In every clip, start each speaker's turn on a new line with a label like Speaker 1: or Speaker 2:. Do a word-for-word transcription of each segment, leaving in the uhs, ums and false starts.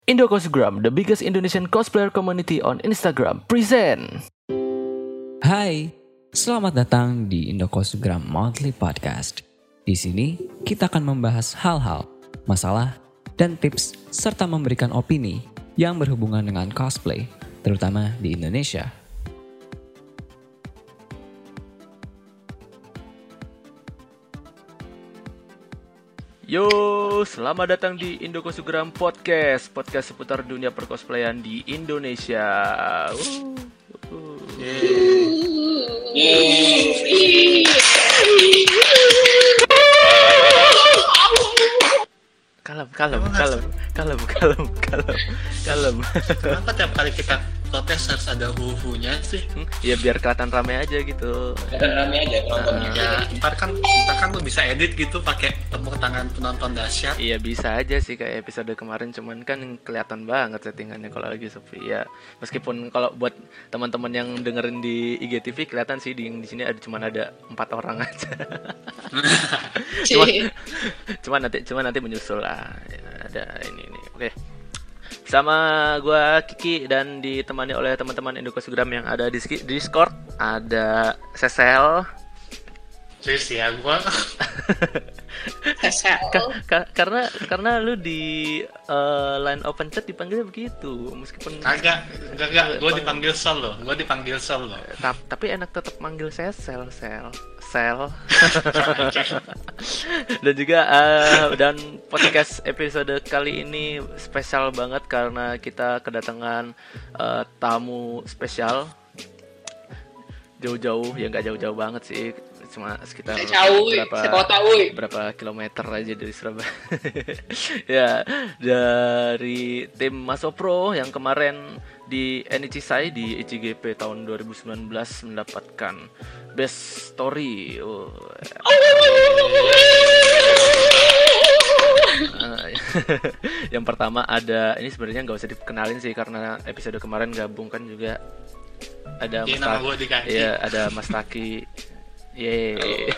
Speaker 1: Indo Cosgram, the biggest Indonesian cosplayer community on Instagram, present.
Speaker 2: Hai, selamat datang di Indo Cosgram Monthly Podcast. Di sini kita akan membahas hal-hal, masalah, dan tips serta memberikan opini yang berhubungan dengan cosplay, terutama di Indonesia.
Speaker 1: Yo, selamat datang di Indo Cosgram Podcast, podcast seputar dunia percosplayan di Indonesia. Uh, uh. Kalem, kalem, kalem, kalem, kalem, kalem, kalem.
Speaker 3: Kenapa tiap kali kita protes harus ada hu-hunya sih?
Speaker 1: Hmm, ya biar kelihatan rame aja gitu.
Speaker 3: Rame aja nontonnya. Ya, ntar kan, ntar kan lu bisa edit gitu pakai tepuk tangan penonton dahsyat.
Speaker 1: Iya bisa aja sih kayak episode kemarin, cuman kan kelihatan banget settingannya kalau lagi sepi ya. Meskipun kalau buat teman-teman yang dengerin di I G T V kelihatan sih di di sini ada cuman ada empat orang aja. Cuma, cuman nanti cuman nanti menyusul lah. Ya, ada ini ini. Oke. Sama gue Kiki dan ditemani oleh teman-teman Indo Cosgram yang ada di Discord. Ada Sesel.
Speaker 3: Terus ya gue
Speaker 1: Ka- ka- karena karena lu di uh, line open chat dipanggilnya begitu, meskipun
Speaker 3: agak enggak enggak gue dipanggil Sol loh, gue dipanggil Sol loh.
Speaker 1: Ta- tapi enak tetap manggil saya sel sel sel. Dan juga uh, dan podcast episode kali ini spesial banget karena kita kedatangan uh, tamu spesial jauh-jauh, ya nggak jauh-jauh banget sih, cuma sekitar
Speaker 4: jauh,
Speaker 1: berapa berapa kilometer aja dari Surabaya. Ya, dari tim Masopro yang kemarin di Nichisai di I C G P tahun dua ribu sembilan belas mendapatkan Best Story. Oh. Uh, yang pertama ada, ini sebenarnya nggak usah dikenalin sih karena episode kemarin gabung kan juga ada Mas Taki, ya ada Mas Taki. Yeay.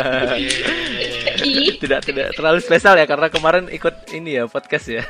Speaker 1: tidak tidak terlalu spesial ya karena kemarin ikut ini ya podcast ya.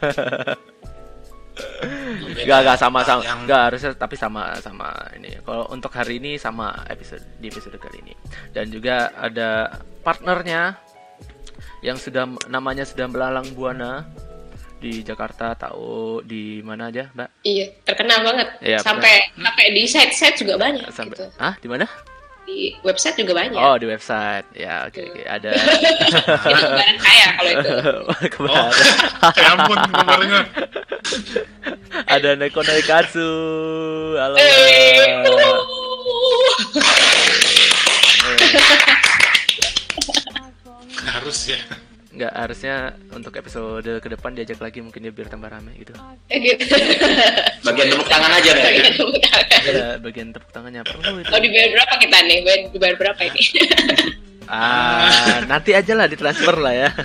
Speaker 1: Gak gak sama sama yang... gak harusnya tapi sama sama ini. Kalau untuk hari ini sama episode di episode kali ini. Dan juga ada partnernya yang sudah namanya sudah melalang buana di Jakarta, tahu di mana aja, Mbak?
Speaker 4: Iya, terkenal banget.
Speaker 1: Ya,
Speaker 4: sampai bener. sampai di site-site juga banyak.
Speaker 1: Sampai,
Speaker 4: gitu.
Speaker 1: Ah, di mana?
Speaker 4: Di website juga banyak.
Speaker 1: Oh, di website. Ya, oke okay, oke. Okay. Ada.
Speaker 4: Itu kemarin kaya kalau itu.
Speaker 1: Kemarin.
Speaker 3: Oh, ya ampun kemarinnya.
Speaker 1: Ada Neko Naikatsu. Halo.
Speaker 4: Hey,
Speaker 3: harus ya.
Speaker 1: Nggak, harusnya untuk episode ke depan diajak lagi mungkin dia biar tambah rame gitu.
Speaker 4: Gitu.
Speaker 5: Bagian tepuk tangan aja nih.
Speaker 4: Bagian tepuk tangan.
Speaker 1: Ada bagian tepuk tangannya apa? Oh, itu.
Speaker 4: Oh, dibayar berapa kita nih? Dibayar berapa ini?
Speaker 1: Ah, nanti aja lah ditransfer lah ya.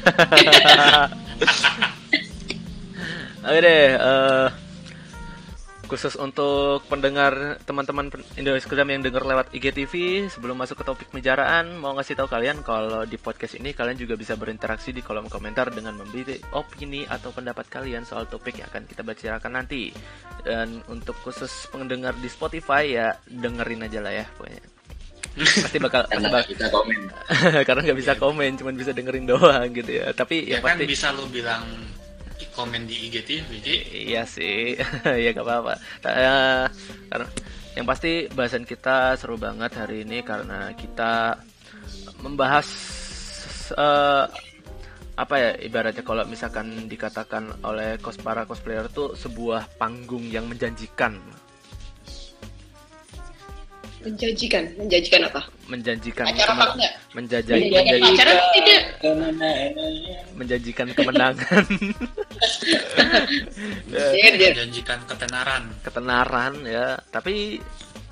Speaker 1: Oke deh, uh, khusus untuk pendengar teman-teman Indonesia yang dengar lewat I G T V, sebelum masuk ke topik pembicaraan, mau ngasih tahu kalian kalau di podcast ini kalian juga bisa berinteraksi di kolom komentar dengan memberi opini atau pendapat kalian soal topik yang akan kita bicarakan nanti. Dan untuk khusus pendengar di Spotify ya dengerin aja lah ya pokoknya. Pasti bakal
Speaker 5: karena
Speaker 1: pasti
Speaker 5: bakal bisa komen.
Speaker 1: Karena nggak bisa komen, cuman bisa dengerin doang gitu ya. Tapi
Speaker 3: ya
Speaker 1: yang
Speaker 3: kan
Speaker 1: pasti
Speaker 3: bisa lu bilang komen di I G T V, jadi
Speaker 1: iya sih. Ya gak apa-apa. Uh, karena yang pasti bahasan kita seru banget hari ini karena kita membahas uh, apa ya, ibaratnya kalau misalkan dikatakan oleh cos para cosplayer tuh sebuah panggung yang menjanjikan.
Speaker 4: Menjanjikan, menjanjikan apa?
Speaker 1: Menjanjikan
Speaker 4: acara apa enggak?
Speaker 1: Menjajaki,
Speaker 4: menjanjikan acara tidak?
Speaker 1: Menjanjikan kemenangan.
Speaker 3: menjanjikan ketenaran.
Speaker 1: Ketenaran ya, tapi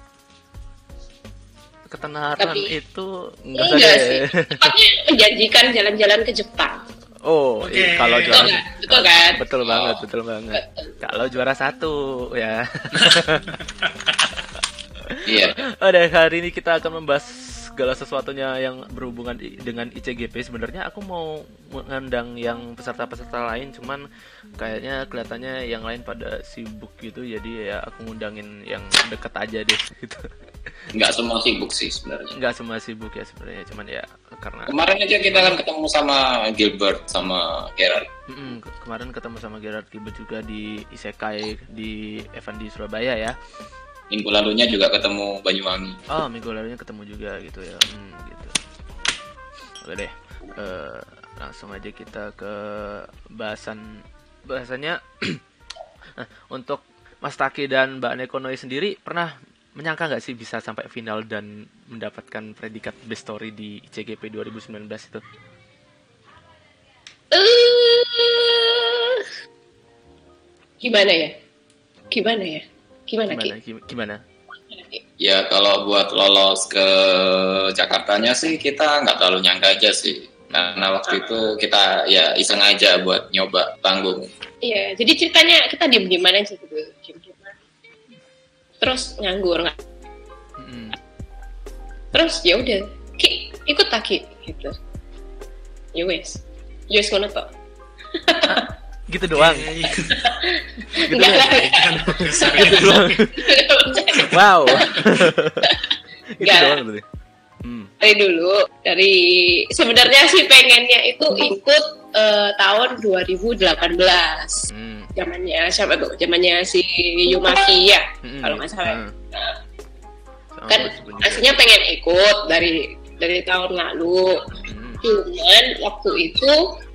Speaker 1: ketenaran tapi, itu enggak,
Speaker 4: enggak sih. Tepatnya menjanjikan jalan-jalan ke Jepang.
Speaker 1: Oh, okay. Kalau juara
Speaker 4: betul, kan? betul kan?
Speaker 1: Betul banget, oh. betul banget. Kalau juara satu ya.
Speaker 5: Iya.
Speaker 1: Pada hari ini kita akan membahas segala sesuatunya yang berhubungan i- dengan I C G P sebenarnya aku mau mengundang yang peserta-peserta lain, cuman kayaknya kelihatannya yang lain pada sibuk gitu, jadi ya aku ngundangin yang deket aja deh gitu.
Speaker 5: Nggak semua sibuk sih sebenarnya.
Speaker 1: Nggak semua sibuk ya sebenarnya, cuman ya karena
Speaker 5: Kemarin aja kita kan ketemu sama Gilbert sama Gerard.
Speaker 1: Mm-mm, ke- kemarin ketemu sama Gerard Gilbert juga di Isekai di event di Surabaya ya.
Speaker 5: Minggu lalunya juga ketemu Banyuwangi.
Speaker 1: Oh, minggu lalunya ketemu juga gitu ya. Hmm, gitu. Oke deh. Eh, langsung aja kita ke bahasan bahasannya. Nah, untuk Mas Taki dan Mbak Nekonoi sendiri pernah menyangka nggak sih bisa sampai final dan mendapatkan predikat best story di I C G P dua ribu sembilan belas itu?
Speaker 4: Eh, gimana ya? Gimana ya? Gimana, Ki?
Speaker 1: Gimana? Gim- Gimana?
Speaker 5: Ya kalau buat lolos ke Jakartanya sih kita nggak terlalu nyangka aja sih. Karena waktu itu kita ya iseng aja buat nyoba panggung.
Speaker 4: Iya, jadi ceritanya kita diem-diem aja gitu. Diem-diem. Terus nganggur nggak?
Speaker 1: Mm-mm.
Speaker 4: Terus ya udah, Ki, ikut tak Ki gitu. Ya wes. Ya wes ngono tok.
Speaker 1: Gitu doang.
Speaker 3: Gitu.
Speaker 1: Gitu
Speaker 4: Enggak
Speaker 1: doang.
Speaker 4: lah.
Speaker 1: Gitu doang. Wow. Gitu
Speaker 4: Enggak.
Speaker 1: doang berarti. Hmm.
Speaker 4: Dari dulu, dari sebenarnya sih pengennya itu ikut eh, tahun dua ribu delapan belas.
Speaker 1: Hmm.
Speaker 4: Zamannya siapa tuh? Zamannya si Yumaki ya,
Speaker 1: Mm-mm.
Speaker 4: kalau nggak salah.
Speaker 1: Hmm. Sama
Speaker 4: Kan
Speaker 1: gua juga.
Speaker 4: aslinya pengen ikut dari dari tahun lalu.
Speaker 1: Hmm.
Speaker 4: Cuman waktu itu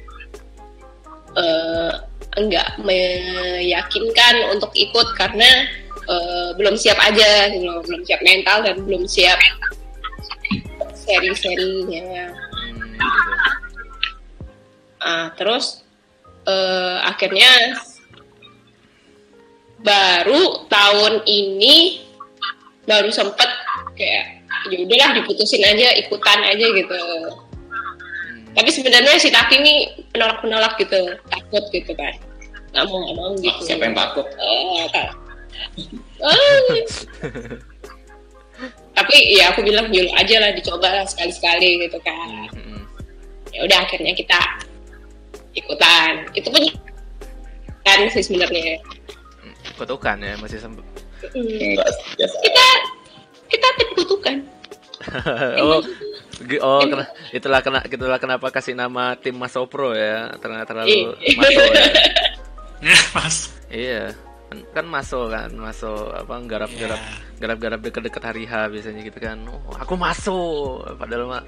Speaker 4: eh, enggak meyakinkan untuk ikut karena eh, belum siap aja, belum belum siap mental dan belum siap seri-serinya.
Speaker 1: Hmm, gitu.
Speaker 4: Ah, terus eh, akhirnya baru tahun ini baru sempet kayak ya udahlah diputusin aja, ikutan aja gitu. Tapi sebenarnya si Taki ini penolak-penolak gitu, takut gitu kan, nggak mau nggak mau gitu.
Speaker 5: Siapa yang takut?
Speaker 4: Eh, tak. Ah. Tapi ya aku bilang dulu aja lah, dicoba lah sekali-sekali gitu kan.
Speaker 1: Hmm.
Speaker 4: Ya udah akhirnya kita ikutan. Itu pun kan sih sebenarnya.
Speaker 1: Kutukan ya masih sempet.
Speaker 4: Hmm.
Speaker 5: Enggak, biasa.
Speaker 4: Kita kita tim kutukan.
Speaker 1: oh, gi- oh kena, itulah kena, itulah kenapa kasih nama tim Maso Pro ya, ternyata terlalu
Speaker 4: Iya.
Speaker 1: Maso ya.
Speaker 3: Ya, Mas.
Speaker 1: Iya, kan, kan Maso kan, Maso apa garap-garap,
Speaker 3: Ya.
Speaker 1: garap-garap deket-deket hari H biasanya gitu kan. Oh, aku Maso, padahal mah.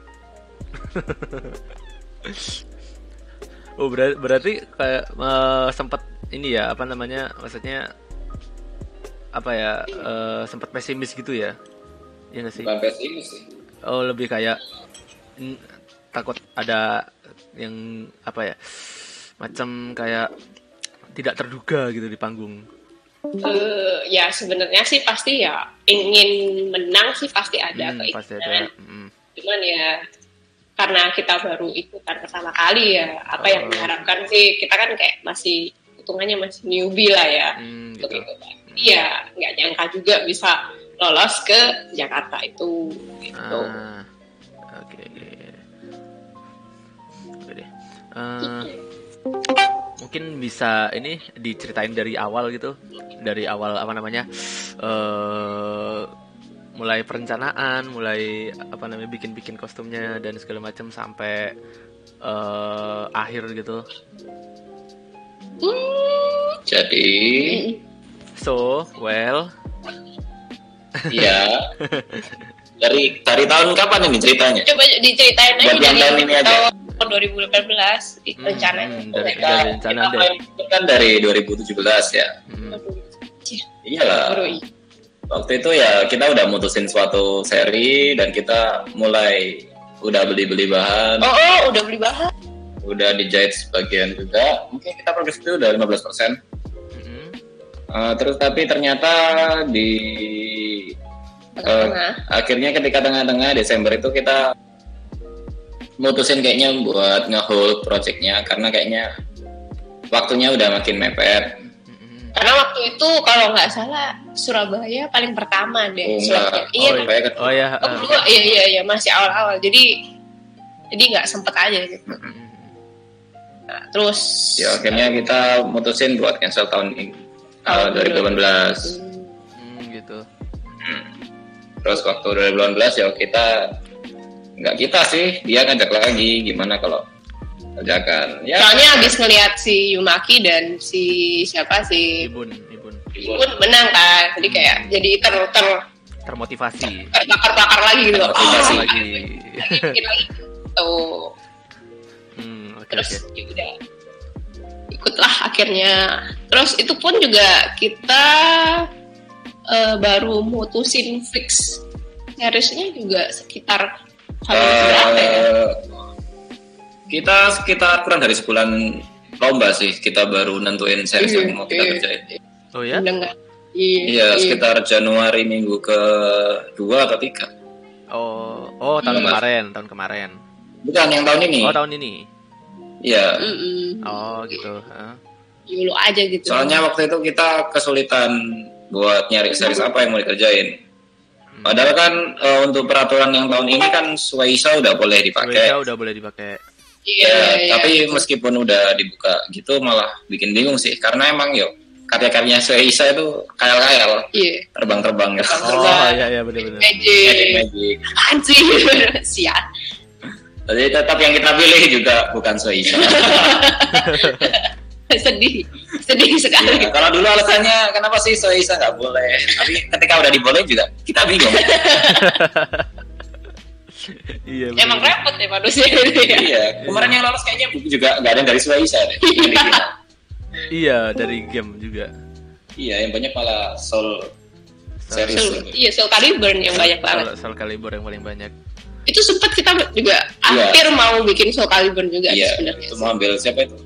Speaker 1: oh berarti, berarti kayak eh, sempat ini ya, apa namanya, maksudnya apa ya, eh, sempat pesimis gitu ya, iya nggak sih?
Speaker 5: Bukan pesimis sih.
Speaker 1: Oh lebih kayak mm, takut ada yang apa ya, macam kayak tidak terduga gitu di panggung.
Speaker 4: Eh, ya sebenarnya sih pasti ya ingin menang sih pasti ada
Speaker 1: Hmm,
Speaker 4: keinginan.
Speaker 1: pasti ada. Mm.
Speaker 4: Cuman ya karena kita baru ikutan pertama kali ya, apa yang
Speaker 1: Oh.
Speaker 4: diharapkan sih kita kan kayak masih hitungannya masih newbie lah ya.
Speaker 1: Hmm,
Speaker 4: Untuk
Speaker 1: gitu.
Speaker 4: ikutan. Iya, nggak nyangka juga bisa lolos ke Jakarta itu. Gitu.
Speaker 1: Ah, oke oke. Oke deh. Eh, mungkin bisa ini diceritain dari awal gitu, dari awal apa namanya, eh mulai perencanaan, mulai apa namanya bikin-bikin kostumnya dan segala macam sampai eh akhir gitu.
Speaker 4: Hmm,
Speaker 5: Jadi,
Speaker 1: So, well,
Speaker 5: ya dari dari tahun kapan ini ceritanya?
Speaker 4: coba diceritain aja
Speaker 5: Buat yang
Speaker 4: dari
Speaker 5: tahun ini aja.
Speaker 4: tahun dua ribu delapan belas
Speaker 1: Hmm,
Speaker 4: rencananya.
Speaker 1: hmm, dari-
Speaker 5: Kita,
Speaker 1: dari rencana
Speaker 5: kita
Speaker 1: deh.
Speaker 5: main itu kan dari dua ribu tujuh belas ya.
Speaker 1: mm,
Speaker 5: Iyalah.
Speaker 4: Baru i-
Speaker 5: Waktu itu ya kita udah mutusin suatu seri dan kita mulai udah beli-beli bahan,
Speaker 4: Oh, oh, udah beli bahan.
Speaker 5: udah dijahit sebagian juga. Mungkin kita progres itu udah lima belas persen.
Speaker 1: mm,
Speaker 5: Uh, terus tapi ternyata di uh,
Speaker 4: Tengah-tengah.
Speaker 5: akhirnya ketika tengah-tengah Desember itu kita mutusin kayaknya buat nge-hold projectnya karena kayaknya waktunya udah makin mepet.
Speaker 1: mm,
Speaker 4: Karena waktu itu kalau nggak salah Surabaya paling pertama deh.
Speaker 5: Oh,
Speaker 4: Surabaya.
Speaker 5: enggak.
Speaker 4: Iya.
Speaker 5: Oh, Surabaya kedua.
Speaker 1: Oh ya.
Speaker 4: Oh, kedua. Iya iya iya masih awal-awal. Jadi jadi nggak sempet aja gitu. Nah, terus
Speaker 5: Ya akhirnya kita mutusin buat cancel tahun ini. Uh, dua ribu delapan belas.
Speaker 1: Hmm, gitu.
Speaker 5: Hmm. Terus waktu dua ribu delapan belas ya kita nggak kita sih, dia ngajak lagi gimana kalau ajakan. Ya.
Speaker 4: Soalnya habis ngelihat si Yumaki dan si siapa si
Speaker 1: Ibun, Ibun.
Speaker 4: Ibun menang kan. Jadi kayak jadi ter ter
Speaker 1: Termotivasi.
Speaker 4: bakar-bakar lagi gitu.
Speaker 5: Termotivasi
Speaker 4: Oh,
Speaker 1: lagi.
Speaker 4: bikin lagi. Tuh.
Speaker 1: Hmm, oke
Speaker 4: Terus
Speaker 1: oke.
Speaker 4: ya udah ikutlah akhirnya. Terus itu pun juga kita uh, baru mutusin fix seriesnya juga sekitar hampir berapa ya?
Speaker 5: Uh, kita sekitar kurang dari sebulan lomba sih kita baru nentuin series yang mau kita
Speaker 4: Iya,
Speaker 5: kerjain.
Speaker 1: Oh ya?
Speaker 4: Udah enggak? Iya,
Speaker 5: Iya, sekitar Januari minggu ke dua atau tiga.
Speaker 1: Oh, oh tahun
Speaker 5: Hmm.
Speaker 1: kemarin, tahun kemarin.
Speaker 5: Bukan yang tahun ini.
Speaker 1: Oh tahun ini.
Speaker 5: Iya.
Speaker 4: Mm-mm.
Speaker 1: Oh gitu. Hah?
Speaker 4: Dulu aja gitu.
Speaker 5: Soalnya waktu itu kita kesulitan buat nyari series apa yang mau dikerjain. Padahal kan e, untuk peraturan yang tahun ini kan Suwaisa udah boleh dipakai.
Speaker 1: Suwaisa udah boleh dipakai.
Speaker 4: Iya,
Speaker 5: Ya,
Speaker 4: iya,
Speaker 5: tapi
Speaker 4: betul.
Speaker 5: meskipun udah dibuka gitu malah bikin bingung sih. Karena emang yuk karya-karyanya Suwaisa itu kayal-kayal,
Speaker 4: Iya.
Speaker 5: terbang-terbang gitu.
Speaker 1: Oh iya iya benar-benar.
Speaker 5: Magic,
Speaker 4: Magic.
Speaker 5: magic.
Speaker 4: Anjir. Siap.
Speaker 5: Jadi tetap yang kita pilih juga bukan Suwaisa.
Speaker 4: Sedih. Sedih sekali.
Speaker 5: Ya, kalau dulu alasannya kenapa sih Suwaisa nggak boleh, tapi ketika udah dibolehin juga kita bingung.
Speaker 1: Iya.
Speaker 4: Emang
Speaker 1: bener.
Speaker 4: repot ya manusia itu ya.
Speaker 5: Iya, kemarin yang lolos kayaknya juga nggak ada yang dari Suwaisa deh. Yang di final.
Speaker 1: Iya dari game juga.
Speaker 5: Iya, yang banyak malah Soul series.
Speaker 4: Soul, iya, Soul Calibur yang banyak banget.
Speaker 1: Soul, Soul Calibur yang paling banyak.
Speaker 4: Itu sempat kita juga hampir mau bikin Soul Calibur juga
Speaker 5: Iya,
Speaker 4: sebenarnya.
Speaker 5: itu mau ambil siapa itu?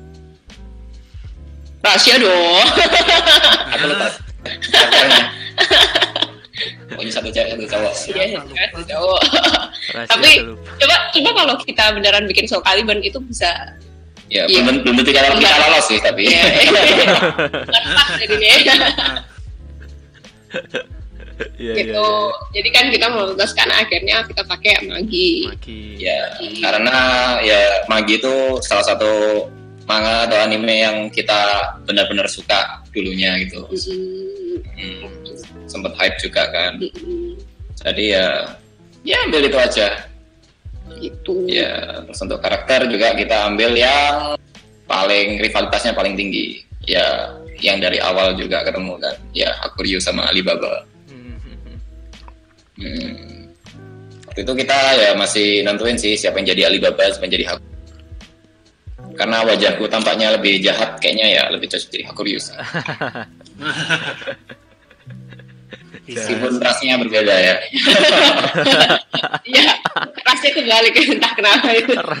Speaker 4: Rahasia dong.
Speaker 5: Aku lupa. Karakternya. Pokoknya satu cewek satu cowok.
Speaker 4: Iya, kan, cowok.
Speaker 1: Rahasia
Speaker 4: Tapi
Speaker 1: lupa.
Speaker 4: coba coba kalau kita beneran bikin Soul Calibur itu bisa.
Speaker 5: Ya,
Speaker 4: Iya.
Speaker 5: belum belum tentu kita kita lolos sih tapi.
Speaker 4: Iya. Lepas jadinya.
Speaker 1: Iya iya.
Speaker 4: Gitu. Jadi kan kita memutuskan akhirnya kita pakai Magi.
Speaker 1: Maki.
Speaker 5: Ya, karena ya Magi itu salah satu manga atau anime yang kita benar-benar suka dulunya gitu.
Speaker 4: Mm-mm.
Speaker 5: Hmm, sempet hype juga kan.
Speaker 4: Mm-mm.
Speaker 5: Jadi ya ya ambil itu aja.
Speaker 4: Gitu.
Speaker 5: Ya, terus untuk karakter juga kita ambil yang paling rivalitasnya paling tinggi. Ya, yang dari awal juga ketemu kan. Ya, Hakuryu sama Alibaba.
Speaker 1: Hmm, hmm, hmm.
Speaker 5: Hmm. Waktu itu kita ya masih nentuin sih siapa yang jadi Alibaba, siapa yang jadi Hakuryu. Karena wajahku tampaknya lebih jahat, kayaknya ya lebih cocok jadi Hakuryu sih. Meskipun rasnya berbeda ya.
Speaker 4: Iya, rasanya kebalik entah kenapa itu.
Speaker 1: Ras.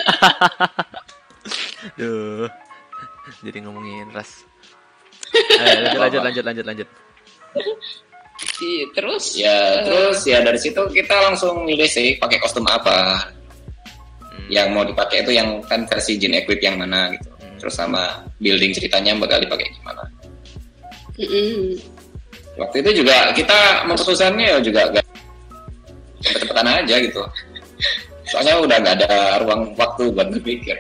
Speaker 1: Duh. Jadi ngomongin ras. Ayo, lanjut lanjut lanjut lanjut lanjut.
Speaker 4: Iya, terus
Speaker 5: Ya,
Speaker 4: eh,
Speaker 5: terus ya dari situ kita langsung milih sih pakai kostum apa.
Speaker 1: Hmm.
Speaker 5: Yang mau dipakai itu yang kan versi Jin Equip yang mana gitu. Terus sama building ceritanya bakal dipakai gimana.
Speaker 4: mm-mm.
Speaker 5: Waktu itu juga kita memutusannya juga gak cepet-cepetan aja gitu. Soalnya udah gak ada ruang waktu buat berpikir.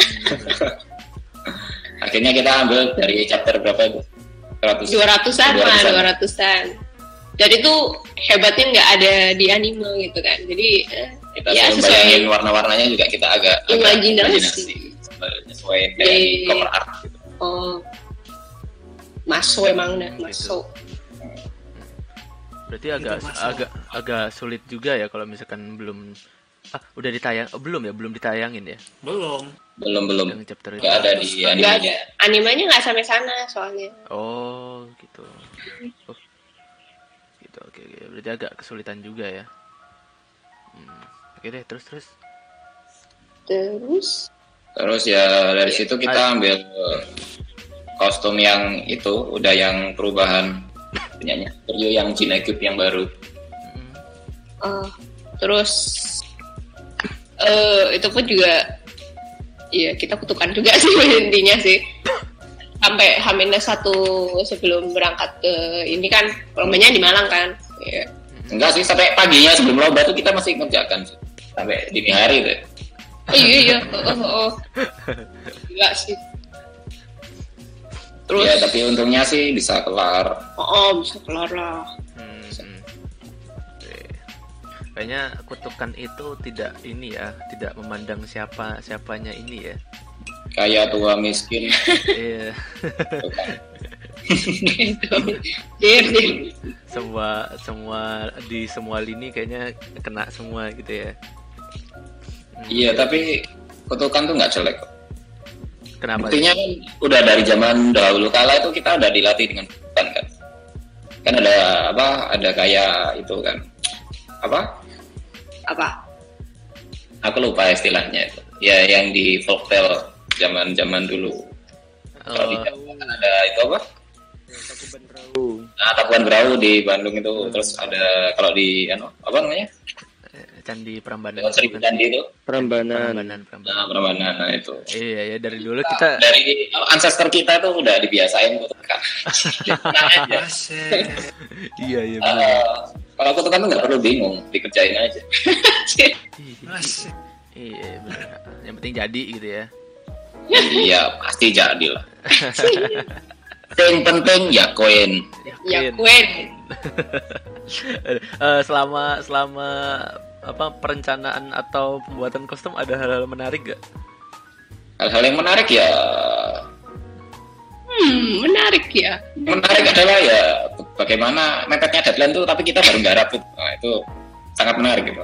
Speaker 5: Akhirnya kita ambil dari chapter berapa itu?
Speaker 4: dua ratusan mah, dua ratusan. Jadi itu hebatnya nggak ada di anime gitu kan. Jadi eh,
Speaker 5: Kita
Speaker 4: ya
Speaker 5: selalu
Speaker 4: sesuai
Speaker 5: bayangin warna-warnanya juga kita agak agak
Speaker 4: Imajinasi.
Speaker 5: sesuai dengan
Speaker 4: Iya.
Speaker 5: cover art gitu.
Speaker 4: oh masuk emang dah masuk.
Speaker 1: Berarti agak agak agak sulit juga ya kalau misalkan belum ah udah ditayang oh, belum ya belum ditayangin ya
Speaker 3: Belum.
Speaker 5: Belum belum
Speaker 1: yang chapter itu.
Speaker 5: nggak ada di
Speaker 4: Nggak ada.
Speaker 5: animenya.
Speaker 4: Animenya nggak sampai sana soalnya.
Speaker 1: Oh gitu. Oh. Gitu oke oke. Berarti agak kesulitan juga ya. Hmm. Oke deh terus terus.
Speaker 4: Terus
Speaker 5: Terus ya dari situ kita ambil kostum yang itu udah yang perubahan punyanya Ryu yang Jin Equip yang baru.
Speaker 1: Hmm.
Speaker 4: eh, terus eh itu pun juga iya kita kutukan juga sih intinya sih. sampai H minus satu sebelum berangkat ke ini kan lombanya di Malang kan. Ya.
Speaker 5: Enggak sih, sampai paginya sebelum lomba tuh kita masih ngerjakan sih. Sampai dini hari tuh.
Speaker 4: Oh iya iya. Oh, oh, oh. Enggak sih. Terus
Speaker 5: ya tapi untungnya sih bisa kelar.
Speaker 4: Oh, oh bisa kelar lah.
Speaker 1: Hmm, hmm. Oke. Kayaknya kutukan itu tidak ini ya, tidak memandang siapa siapanya ini ya.
Speaker 5: Kayak tua miskin.
Speaker 1: Iya.
Speaker 4: Dir, dir.
Speaker 1: semua semua di semua lini kayaknya kena semua gitu ya. Hmm.
Speaker 5: Iya tapi kutukan tuh nggak jelek.
Speaker 1: Kenapa?
Speaker 5: Buktinya kan udah dari zaman dahulu kala itu kita udah dilatih dengan kutukan kan. Kan ada apa? Ada kayak itu kan. Apa?
Speaker 4: Apa?
Speaker 5: Aku lupa istilahnya itu. Ya yang di folktale zaman-zaman dulu. Kalau di Jawa kan ada itu apa?
Speaker 1: Takuban Rau.
Speaker 5: Nah, Takuban Berau di Bandung itu. Terus ada kalau di ano, apa namanya?
Speaker 1: Candi Prambanan.
Speaker 5: Dewan Seribu Candi itu.
Speaker 1: Prambanan.
Speaker 5: Nah,
Speaker 1: Prambanan.
Speaker 5: Prambanan nah itu.
Speaker 1: Iya ya dari dulu kita
Speaker 5: Dari ancestor kita tuh udah dibiasain kutukan. Tenang aja.
Speaker 1: iya iya benar.
Speaker 5: Uh, kalau kutukan tuh nggak perlu bingung, dikerjain aja.
Speaker 1: Iya benar. Yang penting jadi gitu ya.
Speaker 5: Iya pasti jadi lah. Yang penting ya koin.
Speaker 4: Ya kuen.
Speaker 1: Eh, selama selama apa perencanaan atau pembuatan kostum ada hal-hal menarik gak?
Speaker 5: Hal-hal yang menarik ya.
Speaker 4: Hmm, menarik ya.
Speaker 5: Menarik adalah ya bagaimana mepetnya deadline tuh, tapi kita baru garap tuh. Nah, itu sangat menarik gitu.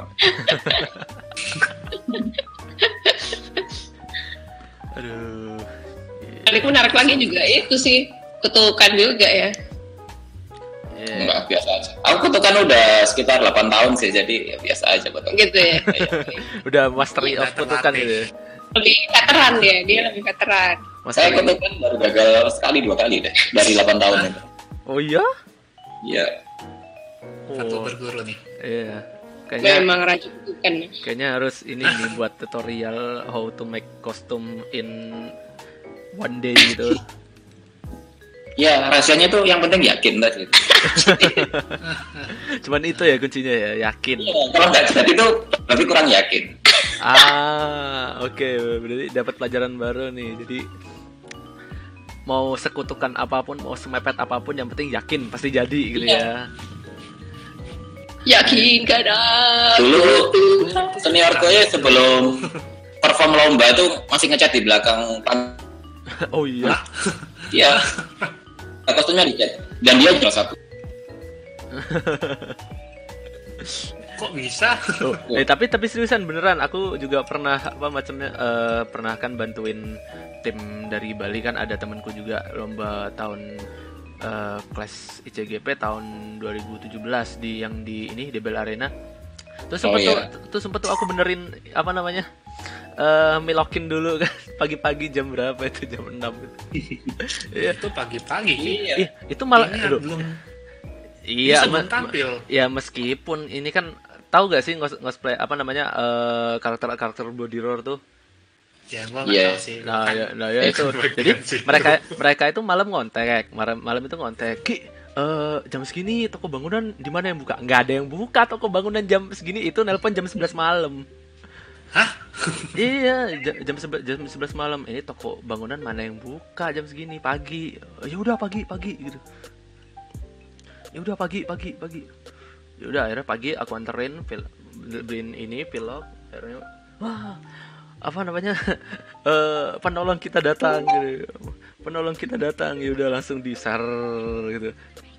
Speaker 1: Aduh.
Speaker 4: Menarik menarik lagi juga itu sih kutukan juga ya.
Speaker 1: Yeah.
Speaker 5: Enggak, biasa aja. Aku kutukan udah sekitar delapan tahun sih, jadi ya biasa aja buat aku.
Speaker 4: Gitu ya.
Speaker 1: Udah mastery
Speaker 3: Udah
Speaker 1: of kutukan
Speaker 3: terlatih.
Speaker 1: gitu ya.
Speaker 4: Lebih veteran dia, dia lebih veteran.
Speaker 5: Saya
Speaker 1: Mastery.
Speaker 5: kutukan baru gagal sekali dua kali deh dari delapan tahun itu.
Speaker 1: Oh iya?
Speaker 5: Iya.
Speaker 3: Satu
Speaker 1: Oh,
Speaker 3: berguru nih.
Speaker 1: iya.
Speaker 4: Gue
Speaker 1: Kayaknya
Speaker 4: emang rajin kutukan.
Speaker 1: kayaknya harus ini nih buat tutorial how to make costume in one day gitu.
Speaker 5: Ya, rahasianya tuh yang penting yakin tadi.
Speaker 1: Cuman itu ya kuncinya ya, yakin.
Speaker 5: Iya, kalau nggak jadi tuh berarti kurang yakin.
Speaker 1: Ah, oke, berarti dapat pelajaran baru nih. Jadi mau sekutukan apapun, mau semepet apapun, yang penting yakin pasti jadi gitu ya.
Speaker 4: Yakin kada.
Speaker 5: Dulu senior gue sebelum perform lomba tuh masih ngecat di belakang panggung.
Speaker 1: Oh iya.
Speaker 5: Iya. Kostumnya dicat dan dia jual satu.
Speaker 3: Kok bisa?
Speaker 1: Oh, eh tapi tapi seriusan beneran aku juga pernah apa macamnya eh, pernah kan bantuin tim dari Bali kan, ada temanku juga lomba tahun eh, kelas I C G P tahun dua ribu tujuh belas di yang di ini di Bell Arena. Terus
Speaker 5: Oh,
Speaker 1: sempet tuh,
Speaker 5: iya.
Speaker 1: tuh sempet tuh aku benerin apa namanya? Eh milokin dulu kan pagi-pagi jam berapa itu jam enam gitu. Iya.
Speaker 3: Itu pagi-pagi. Ki.
Speaker 1: Ih, itu malah
Speaker 3: Ini
Speaker 1: aduh,
Speaker 3: belum
Speaker 1: iya
Speaker 3: sebelum
Speaker 1: ma-
Speaker 3: tampil.
Speaker 1: ya meskipun ini kan tahu gak sih ngos cosplay apa namanya eh, karakter-karakter body roar tuh.
Speaker 3: Ya gua nggak
Speaker 5: Iya.
Speaker 3: tahu sih.
Speaker 1: Nah,
Speaker 3: Bukan.
Speaker 1: ya, nah ya itu. Jadi mereka mereka itu malam ngontek, malam malam itu ngontek. Ki, eh, jam segini toko bangunan di mana yang buka? Nggak ada yang buka toko bangunan jam segini, itu nelpon jam sebelas malam.
Speaker 3: Hah?
Speaker 1: Iya, ja- jam sebelas jam sebelas malam. Ini toko bangunan mana yang buka jam segini pagi? Ya udah pagi pagi gitu. Ya udah pagi pagi pagi. Ya udah akhirnya pagi aku anterin pil beliin ini pilok. Akhirnya wah, apa namanya? eh penolong kita datang gitu. Penolong kita datang. Ya udah langsung disar gitu.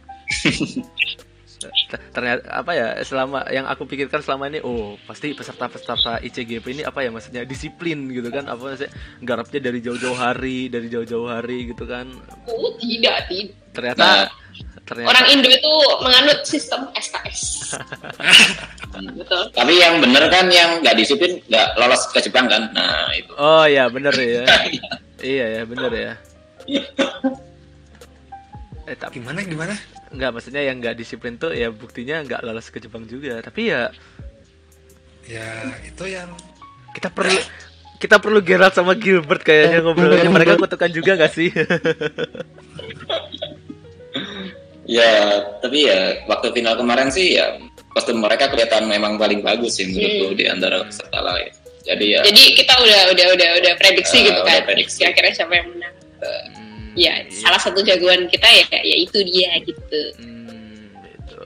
Speaker 1: Ternyata apa ya, selama yang aku pikirkan selama ini, oh pasti peserta-peserta I C G P ini apa ya maksudnya disiplin gitu kan, apa maksudnya garapnya dari jauh-jauh hari dari jauh-jauh hari gitu kan.
Speaker 4: Oh tidak tidak.
Speaker 1: Ternyata
Speaker 5: Nah.
Speaker 1: ternyata
Speaker 4: Orang Indo itu menganut sistem S K S. Betul.
Speaker 5: Tapi yang bener kan yang nggak disiplin nggak lolos ke Jepang kan? Nah itu.
Speaker 1: oh ya bener ya. Iya ya bener ya. Eh tapi
Speaker 3: Gimana gimana?
Speaker 1: nggak, maksudnya yang nggak disiplin tuh ya buktinya nggak lolos ke Jepang juga. Tapi ya
Speaker 3: Ya itu yang
Speaker 1: kita perlu kita perlu Gerald sama Gilbert kayaknya ngobrolnya. Mereka kutukan juga gak sih?
Speaker 5: Ya, tapi ya waktu final kemarin sih ya kostum mereka kelihatan memang paling bagus sih menurutku
Speaker 4: Hmm.
Speaker 5: di antara peserta lain. Jadi ya
Speaker 4: Jadi kita udah udah udah udah prediksi
Speaker 5: Eh,
Speaker 4: gitu
Speaker 5: udah
Speaker 4: kan.
Speaker 5: prediksi.
Speaker 4: Kira-kira siapa yang menang.
Speaker 1: Hmm,
Speaker 4: Ya, salah satu jagoan kita ya yaitu dia gitu.
Speaker 1: Hmm, gitu.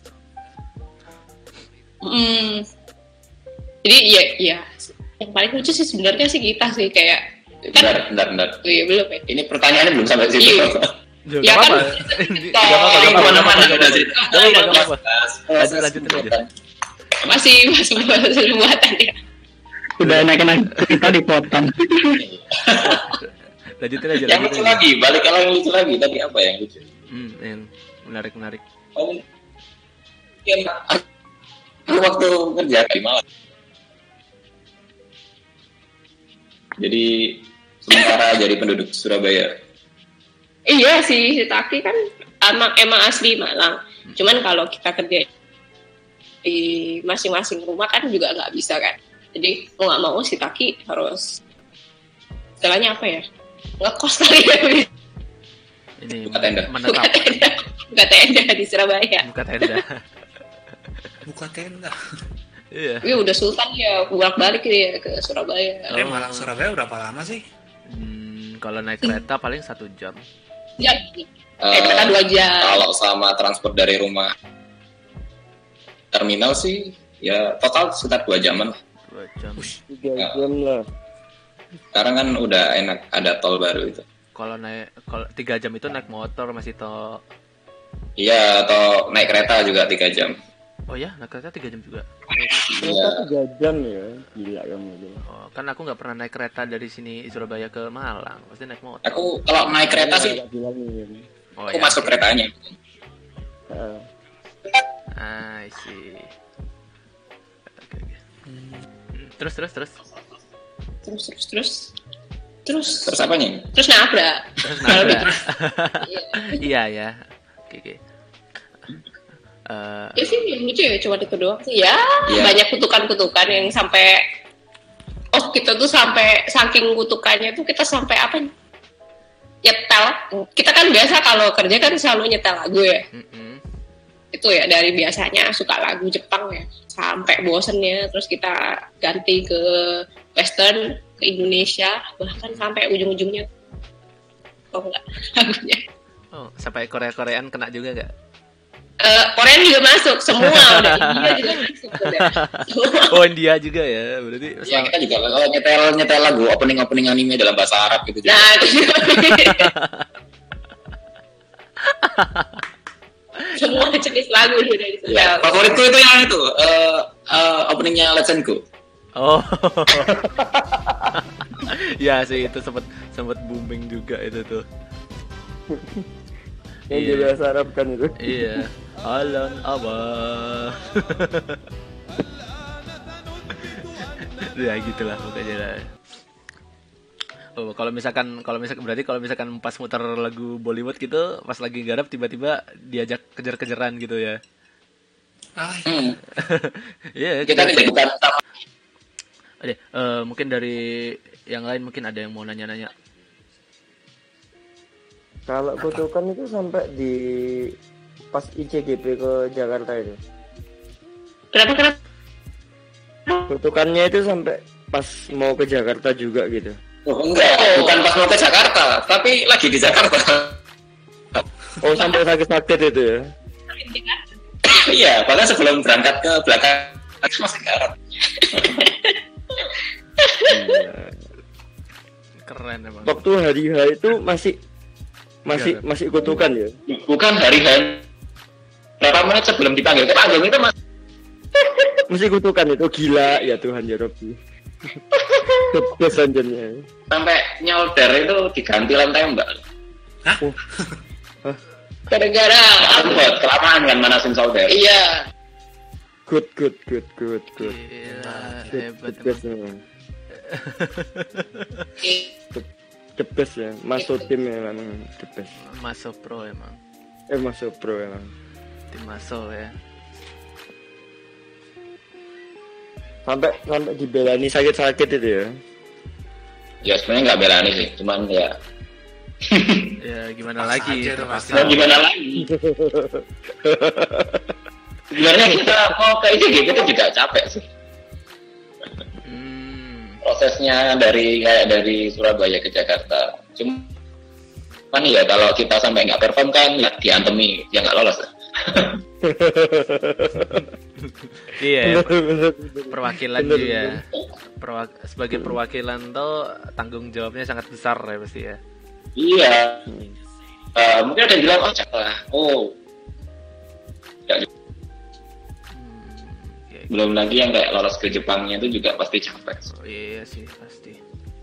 Speaker 4: Hmm. Jadi ya ya yang paling lucu sih sebenarnya sih kita sih kayak
Speaker 5: bentar, bentar, bentar.
Speaker 4: oh iya belum ya.
Speaker 5: Ini pertanyaannya belum sampai situ.
Speaker 4: Iya.
Speaker 1: Ya,
Speaker 4: Ya
Speaker 1: gak
Speaker 4: kan,
Speaker 1: apa-apa. Ini- gak apa-apa,
Speaker 5: Ini
Speaker 1: gak apa-apa,
Speaker 5: kemana-mana
Speaker 1: gak
Speaker 5: udah
Speaker 1: apa-apa.
Speaker 5: sih.
Speaker 1: Gak apa-apa, gak apa-apa.
Speaker 5: Lanjut,
Speaker 1: lanjutin aja.
Speaker 4: Masih masih masih buatan ya.
Speaker 6: Udah enak-enak kita dipotong.
Speaker 1: Lanjutin aja,
Speaker 5: Yang lucu
Speaker 1: lanjutin aja.
Speaker 5: lagi, balik kalau yang lucu lagi. Tadi apa yang lucu?
Speaker 1: Hmm, yang menarik, menarik.
Speaker 5: Oh, mungkin aku waktu kerja di Malang. Jadi sementara jadi penduduk Surabaya.
Speaker 4: Iya sih, si Taki kan emang emang asli Malang. Cuman kalau kita kerja di masing-masing rumah kan juga nggak bisa kan. Jadi mau nggak mau si Taki harus istilahnya apa ya? Ngekos kali ya.
Speaker 1: Ini
Speaker 5: Buka tenda.
Speaker 1: menetap,
Speaker 4: Buka tenda, buka tenda di Surabaya.
Speaker 1: buka tenda.
Speaker 3: Buka tenda.
Speaker 1: Iya.
Speaker 4: Iya udah sultan ya, bolak-balik dia ke Surabaya.
Speaker 3: Eh Malang Surabaya berapa lama sih?
Speaker 1: Hmm, kalau naik kereta paling satu jam.
Speaker 4: Jam.
Speaker 5: Eh,
Speaker 4: Eh, kita dua jam.
Speaker 5: Kalau sama transport dari rumah terminal sih, ya total sekitar dua jaman lah.
Speaker 1: Dua jam.
Speaker 7: Tiga jam lah.
Speaker 5: Sekarang kan udah enak ada tol baru itu.
Speaker 1: Kalau naik, kalau tiga jam itu naik motor masih to.
Speaker 5: Iya, atau naik kereta juga tiga jam.
Speaker 1: Oh ya, naik kereta tiga jam juga.
Speaker 7: Kereta
Speaker 5: Iya.
Speaker 7: tiga jam ya. Gila kamu itu.
Speaker 1: Oh, kan aku nggak pernah naik kereta dari sini Surabaya ke Malang, pasti naik motor.
Speaker 5: Aku kalau naik kereta sih,
Speaker 7: Tak bilangin.
Speaker 1: Oh,
Speaker 5: aku
Speaker 1: ya,
Speaker 5: masuk
Speaker 1: oke.
Speaker 5: keretanya.
Speaker 7: Heeh.
Speaker 1: Ah, I see. Oke, oke. Hmm, Terus, terus, terus.
Speaker 4: Terus terus terus. Terus
Speaker 5: Terus apanya?
Speaker 4: terus nabrak.
Speaker 1: Terus
Speaker 4: Kalau
Speaker 1: nabrak.
Speaker 4: gitu. Iya.
Speaker 1: Iya ya. Oke, oke. Eh,
Speaker 4: Ya sih yang lucu ya cuma itu doang sih ya.
Speaker 5: Iya.
Speaker 4: Banyak kutukan-kutukan yang sampai oh kita tuh sampai saking kutukannya tuh kita sampai apa nyetel. Kita kan biasa kalau kerja kan selalu nyetel lagu ya.
Speaker 1: mm-mm.
Speaker 4: Itu ya dari biasanya suka lagu Jepang ya sampai bosennya terus kita ganti ke western ke Indonesia bahkan sampai ujung-ujungnya oh enggak lagunya
Speaker 1: Oh, sampai Korea-Koreaan kena juga nggak?
Speaker 4: Eh, Korean juga masuk semua udah India juga masuk udah semua.
Speaker 1: Oh, India juga ya. Berarti
Speaker 5: Ya kita juga kalau nyetel nyetel lagu opening opening anime dalam bahasa Arab gitu. juga.
Speaker 4: Nah itu juga. Semua jenis lagu udah
Speaker 5: Ya,
Speaker 4: disetel.
Speaker 5: favoritku itu yang itu eh eh, openingnya Let's Go.
Speaker 1: Oh. Ya sih itu sempat sempat booming juga itu tuh.
Speaker 7: Yang
Speaker 1: Iya.
Speaker 7: di bahasa Arab kan itu.
Speaker 1: Iya. Alan Abah. Ya gitulah pokoknya lah. Oh, kalau misalkan kalau misalkan berarti kalau misalkan pas muter lagu Bollywood gitu, pas lagi garap tiba-tiba diajak kejar-kejaran gitu ya.
Speaker 3: Ah,
Speaker 5: Hmm.
Speaker 1: Iya,
Speaker 5: Kita
Speaker 1: kita-
Speaker 5: tidak bukan sama.
Speaker 1: Oke, eh, mungkin dari yang lain mungkin ada yang mau nanya-nanya.
Speaker 7: Kalau kutukan itu sampai di pas I C G P ke Jakarta itu.
Speaker 4: Kenapa kenapa?
Speaker 7: Kutukannya itu sampai pas mau ke Jakarta juga gitu.
Speaker 5: Oh, enggak, bukan pas mau ke Jakarta, tapi lagi di Jakarta.
Speaker 7: Oh sampai sakit-sakit itu ya.
Speaker 5: Iya, bahkan sebelum berangkat ke belakang aku masih garap.
Speaker 1: Keren emang.
Speaker 7: Waktu hari H itu masih masih
Speaker 1: Iya.
Speaker 7: masih kutukan ya.
Speaker 5: Bukan hari hari berapa menit sebelum dipanggil ke panggung itu mas.
Speaker 7: Masih kutukan itu gila ya Tuhan ya Robbi. Kebes anjirnya.
Speaker 5: Sampai nyolder itu diganti lem tembak.
Speaker 4: Gara-gara
Speaker 5: Kan buat kelamaan kan manasin solder.
Speaker 4: iya.
Speaker 7: Good good good good good.
Speaker 1: Gila,
Speaker 7: Good,
Speaker 1: hebat
Speaker 7: the best
Speaker 1: emang.
Speaker 7: memang. The best ya. Masuk tim ya memang the best.
Speaker 1: Masuk pro emang.
Speaker 7: Eh masuk pro emang.
Speaker 1: Tim masuk ya.
Speaker 7: Sampai sampai dibelani sakit-sakit itu ya.
Speaker 5: Ya sebenarnya nggak berani sih, cuman ya
Speaker 1: Ya gimana
Speaker 3: Pas
Speaker 1: lagi?
Speaker 3: aja tuh,
Speaker 1: terpaksa.
Speaker 5: mau gimana lagi. Sebenarnya kita mau ke I C G P itu juga capek sih.
Speaker 1: Hmm.
Speaker 5: Prosesnya dari kayak dari Surabaya ke Jakarta. Cuman ya kalau kita sampai nggak perform kan ya diantemi, ya nggak lolos.
Speaker 1: Iya, perwakilan juga ya. Perwak- sebagai perwakilan tuh tanggung jawabnya sangat besar ya pasti ya.
Speaker 5: Iya. Uh, mungkin ada yang bilang oh salah. Oh. Ya,
Speaker 1: Hmm, oke.
Speaker 5: belum lagi yang kayak lolos ke Jepangnya itu juga pasti capek.
Speaker 1: Oh, iya sih pasti.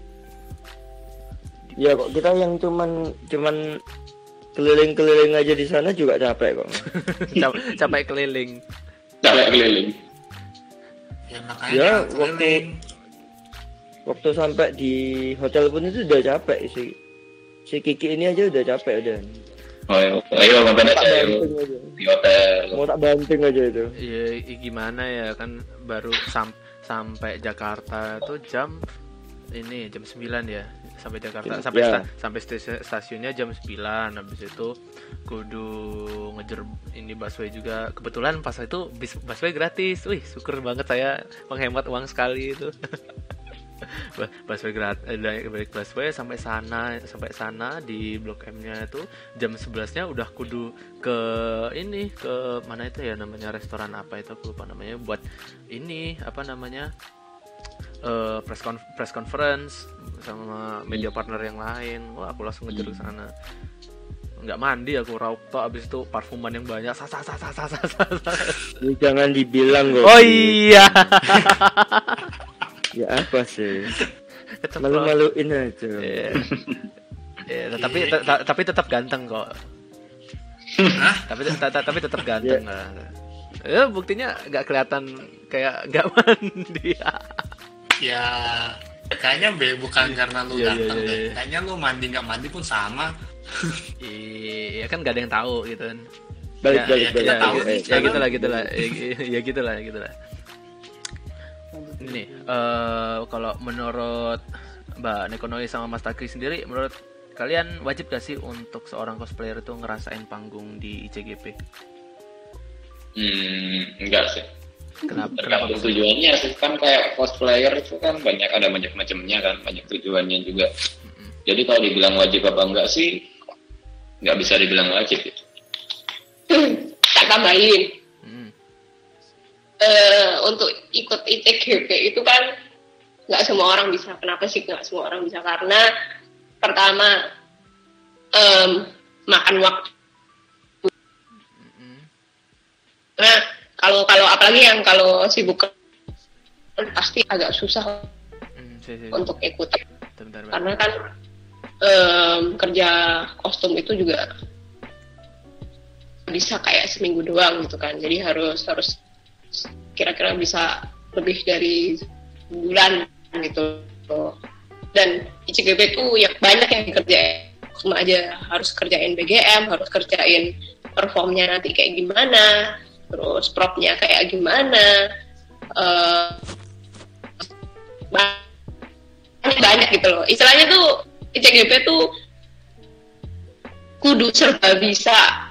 Speaker 7: Ya kok kita yang cuman cuman keliling-keliling aja di sana juga capek kok.
Speaker 1: Cap- capek keliling.
Speaker 5: Capek keliling.
Speaker 3: Ya makanya
Speaker 7: Ya,
Speaker 3: jangan keliling.
Speaker 7: Waktu sampai di hotel pun itu udah capek sih. Si Kiki ini aja udah capek udah.
Speaker 5: Oh, ayo, ayo ngapain
Speaker 7: Tak
Speaker 5: aja ayo.
Speaker 7: banting aja.
Speaker 5: Di hotel.
Speaker 7: Mau tak banting aja itu.
Speaker 1: Ya i- gimana ya kan baru sam- sampai Jakarta tuh jam ini jam sembilan ya. Sampai Jakarta
Speaker 7: Ya.
Speaker 1: sampai sta- sampai stasi- stasiunnya jam sembilan. Habis itu kudu ngejar ini busway juga. Kebetulan pas itu bis busway gratis. Wih, syukur banget saya menghemat uang sekali itu. Ba- busway gratis, balik busway sampai sana sampai sana di Blok M-nya itu jam sebelasnya udah kudu ke ini ke mana itu ya namanya restoran apa itu aku lupa namanya buat ini apa namanya eh, press con- press conference sama media partner yang lain. Wah, aku langsung ngejar ke sana. Nggak mandi aku raup tok abis itu parfuman yang banyak sa sa sa sa sa sa sa.
Speaker 7: Ini jangan dibilang kok.
Speaker 1: Oh iya.
Speaker 7: Ya apa sih?
Speaker 1: Keceplos.
Speaker 7: Malu-maluin aja.
Speaker 1: Iya. Iya, tapi te- ta- tapi tetap ganteng kok.
Speaker 3: Hah?
Speaker 1: Tapi te- te- tapi tetap ganteng lah. Ya buktinya nggak kelihatan kayak nggak mandi.
Speaker 3: Ya kayaknya be bukan karena lu
Speaker 1: Iya, iya,
Speaker 3: ganteng
Speaker 1: iya,
Speaker 3: deh.
Speaker 1: iya.
Speaker 3: Kayaknya lu mandi nggak mandi pun sama.
Speaker 1: Iya kan nggak ada yang tahu gitu kan.
Speaker 7: Balik
Speaker 1: Ya,
Speaker 7: balik
Speaker 1: ya,
Speaker 7: balik.
Speaker 1: ya,
Speaker 3: tahu
Speaker 1: ya,
Speaker 3: nih,
Speaker 1: ya
Speaker 3: sekarang.
Speaker 1: gitulah gitulah ya, ya gitulah ya gitulah. Ini eh kalau menurut Mbak Nekonoi sama Mas Takri sendiri, menurut kalian wajib gak sih untuk seorang cosplayer itu ngerasain panggung di I C G P?
Speaker 5: Hmm, enggak sih.
Speaker 1: Kenapa? Kenapa?
Speaker 5: Tergantung tujuannya sih kan kayak cosplayer itu kan banyak ada banyak macamnya kan, banyak tujuannya juga. Jadi kalau dibilang wajib apa enggak sih, nggak bisa dibilang wajib gitu.
Speaker 4: Tak tambahin.
Speaker 1: Hmm.
Speaker 4: Eh, untuk ikut I C G P itu kan nggak semua orang bisa. Kenapa sih nggak semua orang bisa? Karena pertama em, makan waktu. Nah kalau kalau apalagi yang kalau sibuk pasti agak susah
Speaker 1: Hmm, si, si.
Speaker 4: untuk ikut.
Speaker 1: Bentar, bentar, bentar.
Speaker 4: Karena kan em, kerja kostum itu juga bisa kayak seminggu doang gitu kan. Jadi harus harus kira-kira bisa lebih dari bulan gitu. Dan I C G P itu yang banyak yang dikerjain, cuma aja harus kerjain B G M, harus kerjain performnya nanti kayak gimana, terus propnya kayak gimana, uh, banyak banyak gitu loh. Istilahnya tuh I C G P tuh kudu serba bisa,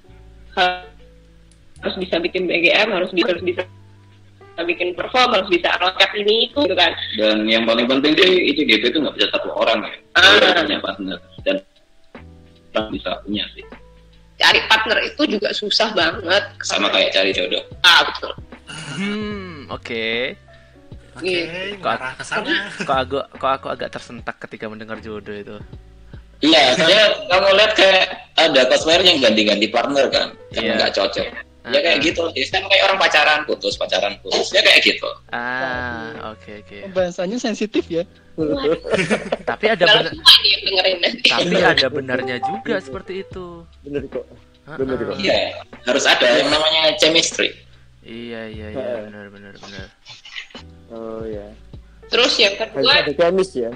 Speaker 4: harus bisa bikin B G M, harus bisa harus bisa bikin perform, harus bisa roket ini itu gitu kan.
Speaker 5: Dan yang paling penting di I C G P itu nggak bisa satu orang ya,
Speaker 4: Ah.
Speaker 5: harus punya partner dan orang bisa punya sih.
Speaker 4: Cari partner itu juga susah banget.
Speaker 5: Sama kayak cari jodoh.
Speaker 4: Ah betul.
Speaker 1: Hmm, oke.
Speaker 3: Oke,
Speaker 4: Gitu.
Speaker 3: mengarah ke sana.
Speaker 1: Kok aku kok aku agak tersentak ketika mendengar jodoh itu.
Speaker 5: Iya, saya kamu lihat kayak ada cosplayer yang ganti-ganti partner kan, karena
Speaker 1: Iya.
Speaker 5: nggak cocok. Ya kayak
Speaker 1: Ah.
Speaker 5: gitu, sistem kayak orang pacaran putus, pacaran putus, ya kayak gitu.
Speaker 1: Ah, oke oke.
Speaker 8: Bahasanya sensitif ya.
Speaker 1: Tapi ada
Speaker 4: Kalau
Speaker 1: benar
Speaker 4: semua nih yang dengerin nanti.
Speaker 1: tapi ada benarnya juga seperti itu.
Speaker 7: Bener kok.
Speaker 1: Ah,
Speaker 7: Bener
Speaker 1: ah.
Speaker 7: kok.
Speaker 5: Iya, harus ada yang namanya chemistry.
Speaker 1: Iya iya iya benar benar benar.
Speaker 7: Oh ya.
Speaker 4: Terus yang
Speaker 7: Harus
Speaker 4: kedua,
Speaker 7: ada kemis ya.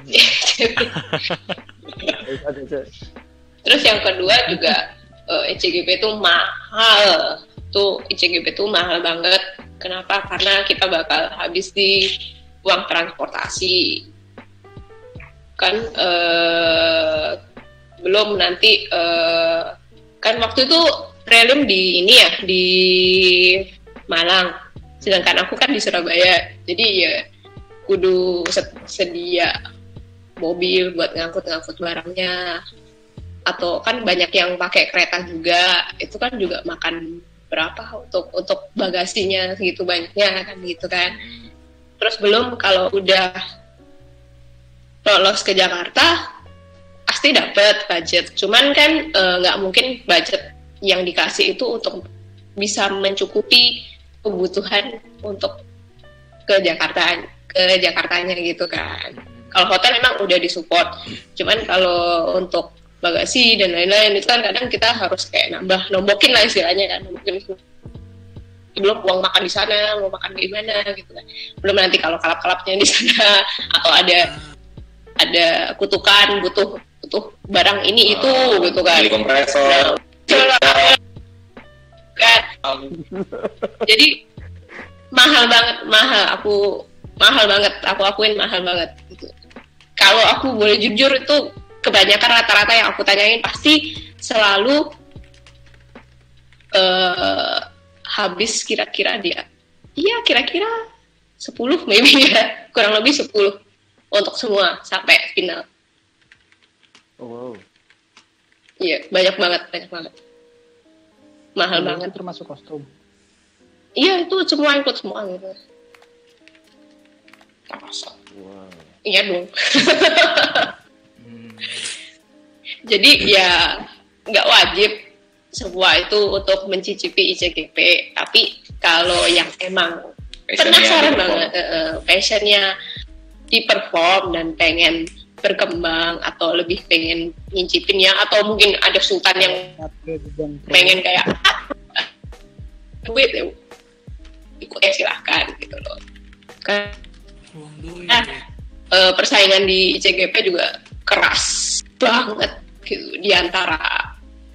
Speaker 7: Harus ada ce-
Speaker 4: terus yang kedua juga eh, I C G P itu mahal. Tuh I C G P itu mahal banget. Kenapa? Karena kita bakal habis di uang transportasi. kan eh, belum nanti eh, kan waktu itu prelim di ini ya di Malang, sedangkan aku kan di Surabaya, jadi ya kudu sedia mobil buat ngangkut-ngangkut barangnya, atau kan banyak yang pakai kereta juga, itu kan juga makan berapa untuk untuk bagasinya segitu banyaknya kan gitu kan. Terus belum kalau udah lolos ke Jakarta pasti dapat budget, cuman kan nggak e, mungkin budget yang dikasih itu untuk bisa mencukupi kebutuhan untuk ke Jakarta ke Jakartanya gitu kan. Kalau hotel memang udah disupport, cuman kalau untuk bagasi dan lain-lain itu kan kadang kita harus kayak nambah nombokin lah istilahnya kan, nombokin belum uang makan di sana, mau makan di mana gitu kan, belum nanti kalau kalap-kalapnya di sana atau ada ada kutukan butuh butuh barang ini itu oh, gitu kan,
Speaker 5: beli kompresor
Speaker 4: kan. Jadi mahal banget, mahal aku mahal banget aku akuin mahal banget gitu. Kalau aku boleh jujur itu kebanyakan rata-rata yang aku tanyain pasti selalu uh, habis kira-kira dia iya kira-kira sepuluh maybe ya, kurang lebih sepuluh untuk semua sampai final.
Speaker 7: Oh, wow.
Speaker 4: Iya, banyak banget, banyak banget. Mahal
Speaker 8: Ini
Speaker 4: banget.
Speaker 8: Termasuk kostum.
Speaker 4: Iya, itu semua ikut semua gitu.
Speaker 7: Wow.
Speaker 4: Iya dong. Jadi ya nggak wajib semua itu untuk mencicipi I C G P, tapi kalau yang emang penasaran banget, uh, passionnya di perform dan pengen berkembang atau lebih pengen ngincipinnya, atau mungkin ada sultan yang pengen kayak duit ya ikut ya silahkan gitu loh kan. Nah, uh, persaingan di I C G P juga keras banget gitu di antara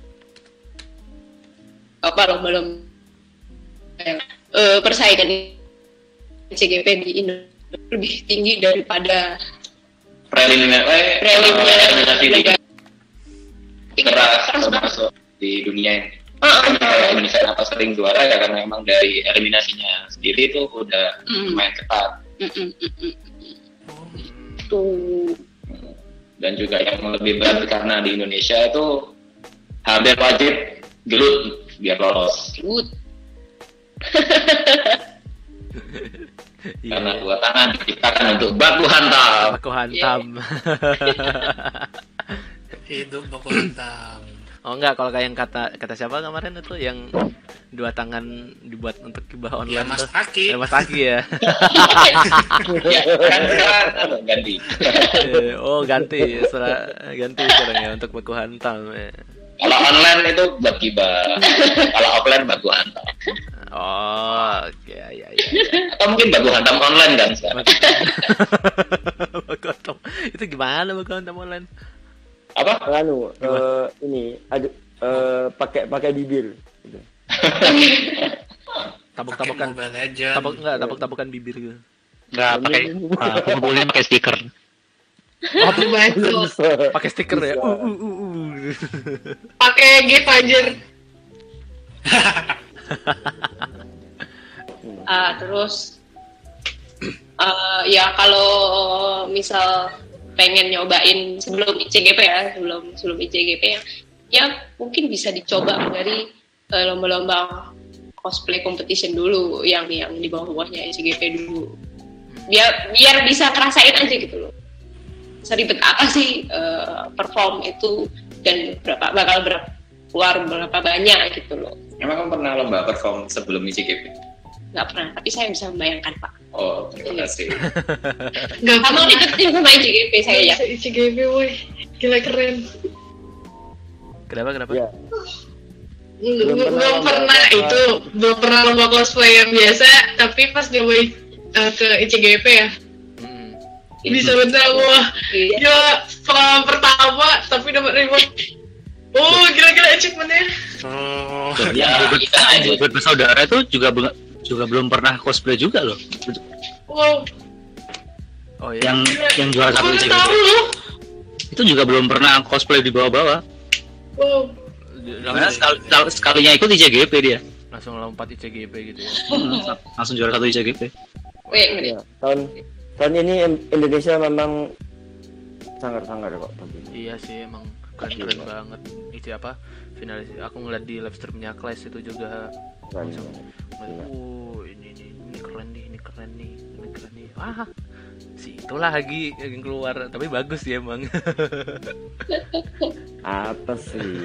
Speaker 4: apa lomba-lomba uh, persaingan I C G P di Indonesia lebih tinggi daripada
Speaker 5: preliminary
Speaker 4: preliminary
Speaker 5: keras termasuk di dunia ini.
Speaker 4: Uh,
Speaker 5: uh, Indonesia apa sering juara ya karena memang dari eliminasinya sendiri itu udah
Speaker 4: mm.
Speaker 5: lumayan ketat.
Speaker 4: Mm, mm, mm, mm. Tuh.
Speaker 5: Dan juga yang lebih berat karena di Indonesia itu hampir wajib gelut biar lolos.
Speaker 4: Good.
Speaker 5: Karena dua tangan diciptakan untuk baku hantam.
Speaker 1: Baku hantam.
Speaker 3: Hidup baku hantam.
Speaker 1: Oh enggak, kalau kayak yang kata kata siapa kemarin itu yang dua tangan dibuat untuk kibah online.
Speaker 3: Ya, Mas
Speaker 1: tuh.
Speaker 3: Taki.
Speaker 1: Ya, Mas Taki ya.
Speaker 5: Ya, kan sekarang ganti.
Speaker 1: Oh ganti, setelah ganti sekarang ya untuk baku hantam. Ya.
Speaker 5: Kalau online itu buat gibah, kalau offline baku hantam.
Speaker 1: Oh, oke, ya, ya, ya.
Speaker 5: Atau mungkin baku hantam online kan sekarang.
Speaker 1: Baku hantam, itu gimana baku hantam online?
Speaker 5: Apa?
Speaker 7: Anu, uh, ini ada uh, pakai pakai bibir. Gitu.
Speaker 1: Tabuk-tabukan,
Speaker 3: Mobile Legends.
Speaker 1: tabuk enggak, tabuk-tabukan bibir gitu.
Speaker 6: Nggak pakai, uh, pengumpulnya pakai stiker.
Speaker 1: Oh, pakai stiker ya. Uh, uh, uh, uh.
Speaker 4: Pakai gift aja. Ah, terus uh, ya kalau misal pengen nyobain sebelum I C G P ya, sebelum sebelum I C G P ya, ya mungkin bisa dicoba dari uh, lomba-lomba cosplay competition dulu yang yang di bawah-bawahnya I C G P dulu. Biar biar bisa ngerasain aja gitu loh. Seribet apa sih uh, perform itu dan berapa bakal berapa keluar berapa banyak gitu loh.
Speaker 5: Emang kamu pernah lomba perform sebelum I C G P?
Speaker 4: Nggak pernah, tapi saya bisa membayangkan Pak.
Speaker 5: Oh, terima kasih.
Speaker 4: Nggak kamu deketin sama I C G P saya ya.
Speaker 9: I C G P, woi, gila keren.
Speaker 1: Kenapa kenapa?
Speaker 7: Ya.
Speaker 9: Belum,
Speaker 7: Belum
Speaker 9: belum
Speaker 7: pernah
Speaker 9: pernah
Speaker 7: lomba-
Speaker 9: itu, belum pernah lomba cosplay yang biasa, tapi pas nyobain uh, ke I C G P ya,
Speaker 1: Hmm.
Speaker 9: bisa bener wah,
Speaker 4: Iya.
Speaker 9: gila pengalaman pertama, tapi dapat reward. Oh, gila-gila achievementnya.
Speaker 3: Oh,
Speaker 5: Ya, kita aja.
Speaker 6: Buat bersaudara itu juga be- juga belum pernah cosplay juga loh.
Speaker 9: Wow,
Speaker 1: Oh iya.
Speaker 6: Yang yang juara
Speaker 9: aku
Speaker 6: satu
Speaker 9: nggak
Speaker 6: itu.
Speaker 9: tahu loh.
Speaker 6: Itu juga belum pernah cosplay di bawah-bawah.
Speaker 9: Wow.
Speaker 6: Karena sekali, sekalinya ikut I C G P dia.
Speaker 1: Langsung lompat I C G P gitu ya.
Speaker 6: Langsung juara satu I C G P.
Speaker 4: Wih, ngeri.
Speaker 7: Ya, tahun tahun ini Indonesia memang sangar-sangar kok.
Speaker 1: Iya sih emang keren-keren banget. Itu apa? Finalis. Aku ngeliat di live streamnya Clash itu juga langsung. Oh ini ini ini keren nih, ini keren nih, ini keren nih. Wah, si itu lagi yang keluar. Tapi bagus sih emang.
Speaker 7: Apa sih?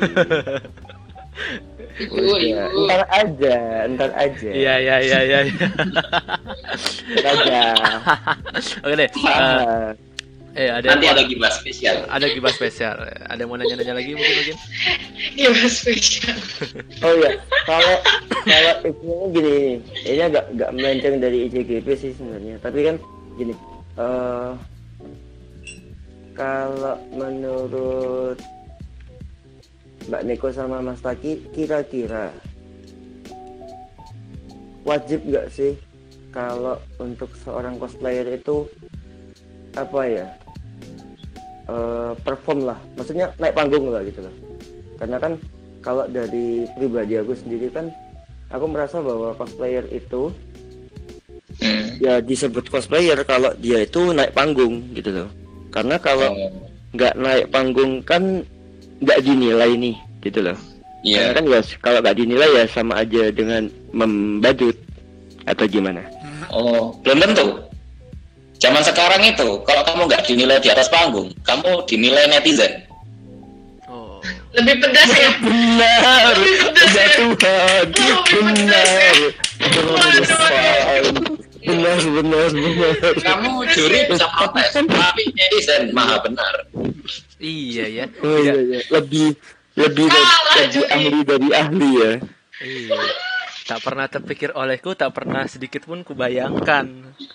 Speaker 4: Ibu,
Speaker 7: Ya,
Speaker 4: ibu.
Speaker 7: ntar aja, ntar aja.
Speaker 1: Iya iya iya iya.
Speaker 7: Ntar aja.
Speaker 1: Oke deh. eh,
Speaker 7: Ah,
Speaker 1: Eh ada
Speaker 5: Nanti
Speaker 1: yang
Speaker 5: ada gibah spesial.
Speaker 1: ada gibah spesial. Ada yang mau nanya-nanya lagi mungkin mungkin?
Speaker 9: Gimana spesial?
Speaker 7: Oh iya, kalau kalau isinya gini, ini agak agak melenceng dari I C G P sih sebenarnya. Tapi kan gini, eh kalau menurut Mbak Neko sama Mas Taki, kira-kira wajib nggak sih kalau untuk seorang cosplayer itu apa ya, eh, perform lah, maksudnya naik panggung lah gitu loh. Karena kan kalau dari pribadi aku sendiri kan, aku merasa bahwa cosplayer itu
Speaker 5: Hmm.
Speaker 7: ya disebut cosplayer kalau dia itu naik panggung gitu loh. Karena kalau
Speaker 5: Oh,
Speaker 7: nggak naik panggung kan nggak dinilai nih gitu loh. Karena
Speaker 5: Iya.
Speaker 7: kan ya kalau nggak dinilai ya sama aja dengan membadut atau gimana.
Speaker 5: Oh, belum tentu. Zaman sekarang itu, kalau kamu nggak dinilai di atas panggung, kamu dinilai netizen.
Speaker 1: Oh.
Speaker 9: Lebih pedas ya?
Speaker 7: Benar,
Speaker 9: Lebih pedas
Speaker 7: ya
Speaker 9: ya?
Speaker 7: Tuhan,
Speaker 9: Lebih pedas ya?
Speaker 7: benar, benar, benar, benar.
Speaker 5: Kamu juri bisa protes, tapi netizen maha benar.
Speaker 1: Iya ya.
Speaker 7: Oh iya, iya. Lebih lebih dari,
Speaker 9: Kalah,
Speaker 7: lebih
Speaker 9: Juri.
Speaker 7: ahli dari ahli ya.
Speaker 1: Iya. Tak pernah terpikir olehku, tak pernah sedikit pun kubayangkan.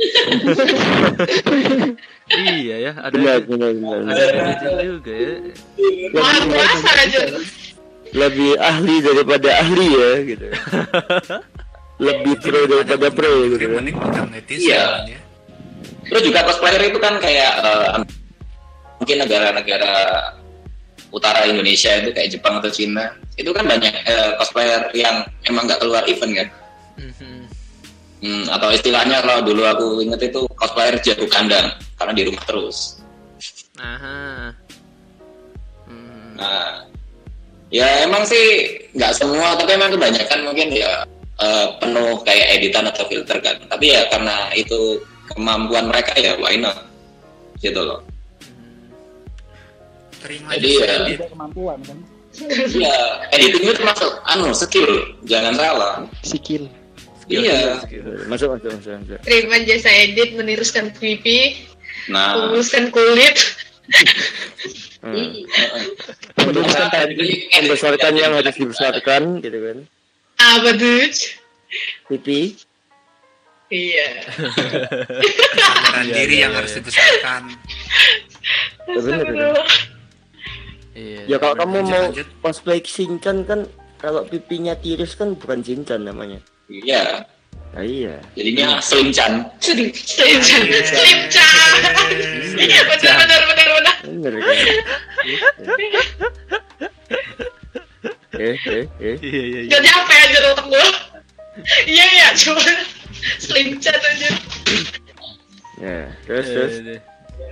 Speaker 1: Iya ya, ada
Speaker 7: Benar, benar, benar.
Speaker 1: ada netizen juga ya.
Speaker 9: Luar
Speaker 7: Lebih,
Speaker 9: biasa aja.
Speaker 7: lebih ahli daripada ahli ya gitu. Lebih pro daripada pro gitu kan.
Speaker 3: Mending bukan netizen
Speaker 5: Iya.
Speaker 3: ya.
Speaker 5: Terus juga cosplayer itu kan kayak eh, mungkin negara-negara utara Indonesia itu kayak Jepang atau Cina, itu kan banyak eh, cosplayer yang emang nggak keluar event kan.
Speaker 1: Mhm.
Speaker 5: Hmm, atau istilahnya kalau dulu aku inget itu cosplayer jago kandang karena di rumah terus.
Speaker 1: Aha. Hmm.
Speaker 5: Nah, ya emang sih nggak semua, tapi emang kebanyakan mungkin ya eh, penuh kayak editan atau filter kan. Tapi ya karena itu kemampuan mereka ya why not, gitu loh.
Speaker 3: Terima
Speaker 5: Jadi
Speaker 3: aja
Speaker 5: ya,
Speaker 3: edit.
Speaker 8: Kemampuan kan,
Speaker 5: iya, editing itu termasuk anu skill, jangan salah.
Speaker 8: skill.
Speaker 5: Iya.
Speaker 7: Masuk, masuk, masuk, masuk.
Speaker 9: Terima jasa edit, meniruskan pipi,
Speaker 5: Nah,
Speaker 9: memuluskan kulit.
Speaker 7: Hmm.
Speaker 5: Nah,
Speaker 7: Membesarkan tadi, membesarkan yang harus dibesarkan gitu kan.
Speaker 9: Apa tuh?
Speaker 7: Pipi.
Speaker 9: Iya.
Speaker 3: Kesadaran
Speaker 1: Iya,
Speaker 3: diri
Speaker 1: iya,
Speaker 3: yang
Speaker 1: iya.
Speaker 3: harus dibesarkan.
Speaker 7: Ya, bener, bener.
Speaker 1: Iya.
Speaker 7: Ya kalau kamu
Speaker 3: lanjut,
Speaker 7: mau
Speaker 3: lanjut.
Speaker 7: cosplay Shinchan kan, kalau pipinya tiris kan bukan Shinchan namanya.
Speaker 5: iya,
Speaker 7: Nah, iya.
Speaker 5: jadinya slim chan.
Speaker 9: Slim, slim, slim, slim, cah. Benar, benar, benar, benar.
Speaker 7: Bener kan? eh, eh, eh.
Speaker 1: Iya iya iya.
Speaker 9: Gak nyampe aja otak gua. Iya ya, cuma slim chat aja.
Speaker 7: Ya, terus,
Speaker 1: Iya,
Speaker 7: terus.
Speaker 1: iya.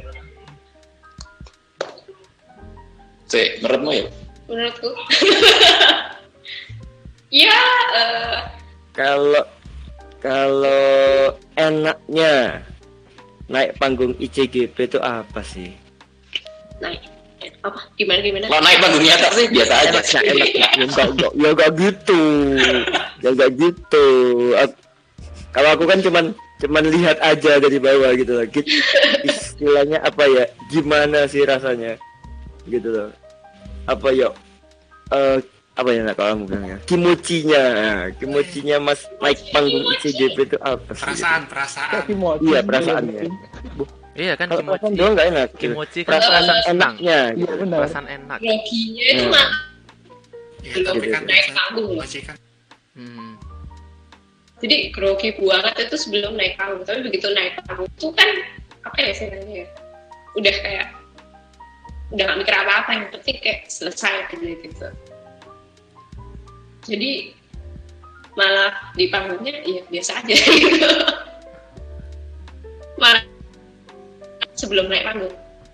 Speaker 5: Sih, menurutmu ya?
Speaker 4: Menurutku. Ya, eh,
Speaker 7: Kalau kalau enaknya naik panggung I C G P itu apa sih?
Speaker 4: naik. Eh, apa? Gimana gimana?
Speaker 5: Kalau naik panggung nyata sih biasa aja.
Speaker 7: Enaknya, enaknya. Ya enggak, enggak, ya enggak gitu. Ya enggak gitu. Ak- Kalau aku kan cuman cuman lihat aja dari bawah gitu loh. Gitu. Istilahnya apa ya? Gimana sih rasanya? Gitu loh. Apa ya? Eh apa ya nak kalau kamu bilang ya? Kimochinya, kimochinya Mas naik panggung I C G P itu apa sih?
Speaker 3: Perasaan, perasaan.
Speaker 7: Iya, perasaannya.
Speaker 1: Iya kan
Speaker 7: Kalau perasaan
Speaker 1: kimochi.
Speaker 7: doang nggak enak. gitu.
Speaker 1: Kimochi kan
Speaker 7: Perasaan
Speaker 1: perasaan senang.
Speaker 7: enaknya.
Speaker 8: Iya
Speaker 7: Gitu.
Speaker 8: benar.
Speaker 1: Perasaan enak.
Speaker 4: Groginya itu
Speaker 7: Hmm.
Speaker 4: mah
Speaker 3: Ya,
Speaker 4: Belum
Speaker 3: tapi kan
Speaker 4: naik panggung.
Speaker 3: masih kan
Speaker 1: Hmm.
Speaker 4: jadi grogi banget itu sebelum naik panggung, tapi begitu naik panggung itu kan apa ya istilahnya ya, udah kayak udah gak mikir apa-apa, yang penting kayak selesai aja gitu. Jadi malah di panggungnya ya biasa aja gitu. Malah sebelum naik panggung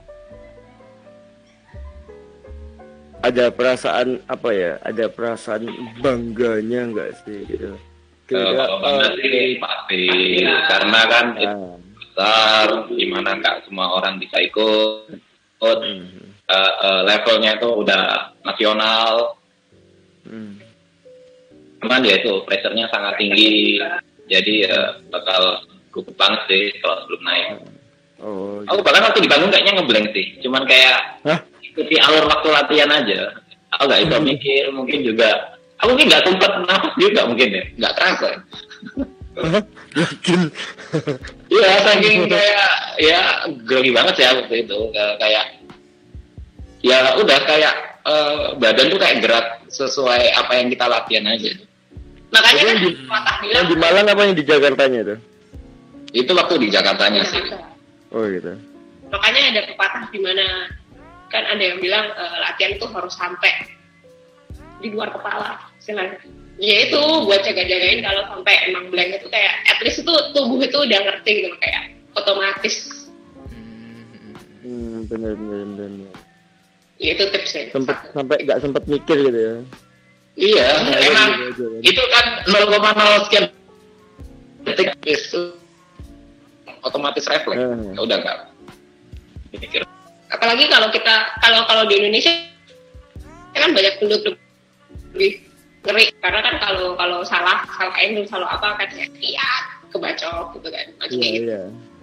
Speaker 7: ada perasaan apa ya? Ada perasaan bangganya nggak sih gitu?
Speaker 5: Eh, kalau bangga sih pasti, karena kan itu
Speaker 7: Ah,
Speaker 5: besar, dimana nggak semua orang bisa ikut.
Speaker 7: hmm,
Speaker 5: Eh, eh, levelnya itu udah nasional,
Speaker 7: hmm.
Speaker 5: cuman ya itu pressure-nya sangat tinggi, jadi eh, bakal gugup banget sih kalau sebelum naik.
Speaker 7: Oh,
Speaker 5: Aku bahkan waktu di panggung kayaknya ngeblank sih, cuman kayak
Speaker 7: Hah?
Speaker 5: ikuti alur waktu latihan aja. Aku nggak bisa mikir, mungkin juga aku mungkin nggak sempat nafas juga mungkin ya, nggak terasa.
Speaker 7: yakin?
Speaker 5: Iya, saking kayak ya grogi banget sih waktu itu. Kayak- kayak ya udah kayak eh, badan tuh kayak gerak sesuai apa yang kita latihan aja.
Speaker 4: makanya
Speaker 7: Jadi
Speaker 4: kan
Speaker 7: yang di-
Speaker 4: patah
Speaker 7: Yang
Speaker 4: bilang
Speaker 7: di Malang apa yang di Jakartanya tuh?
Speaker 5: Itu waktu di Jakartanya sih.
Speaker 7: Oh gitu.
Speaker 4: makanya ada pepatah di mana kan ada yang bilang eh, latihan itu harus sampai di luar kepala istilahnya. Ya itu buat jaga-jagain kalau sampai emang blank itu kayak at least itu tubuh itu udah ngerti gitu kayak otomatis.
Speaker 7: Hmm, bener bener bener. bener.
Speaker 4: Ya itu tipsnya.
Speaker 7: Sempet sampai nggak sempet mikir gitu ya?
Speaker 5: Iya, emang
Speaker 7: Gitu aja kan.
Speaker 5: itu kan nol koma nol sekian detik itu otomatis refleks.
Speaker 7: Hmm.
Speaker 5: Ya udah nggak mikir.
Speaker 4: Apalagi kalau kita kalau kalau di Indonesia kan banyak penduduk lebih ngeri karena kan kalau kalau salah salah angle salah apa kan ya lihat kebacok gitu kan macam
Speaker 7: Iya
Speaker 4: kayak gitu.
Speaker 7: iya.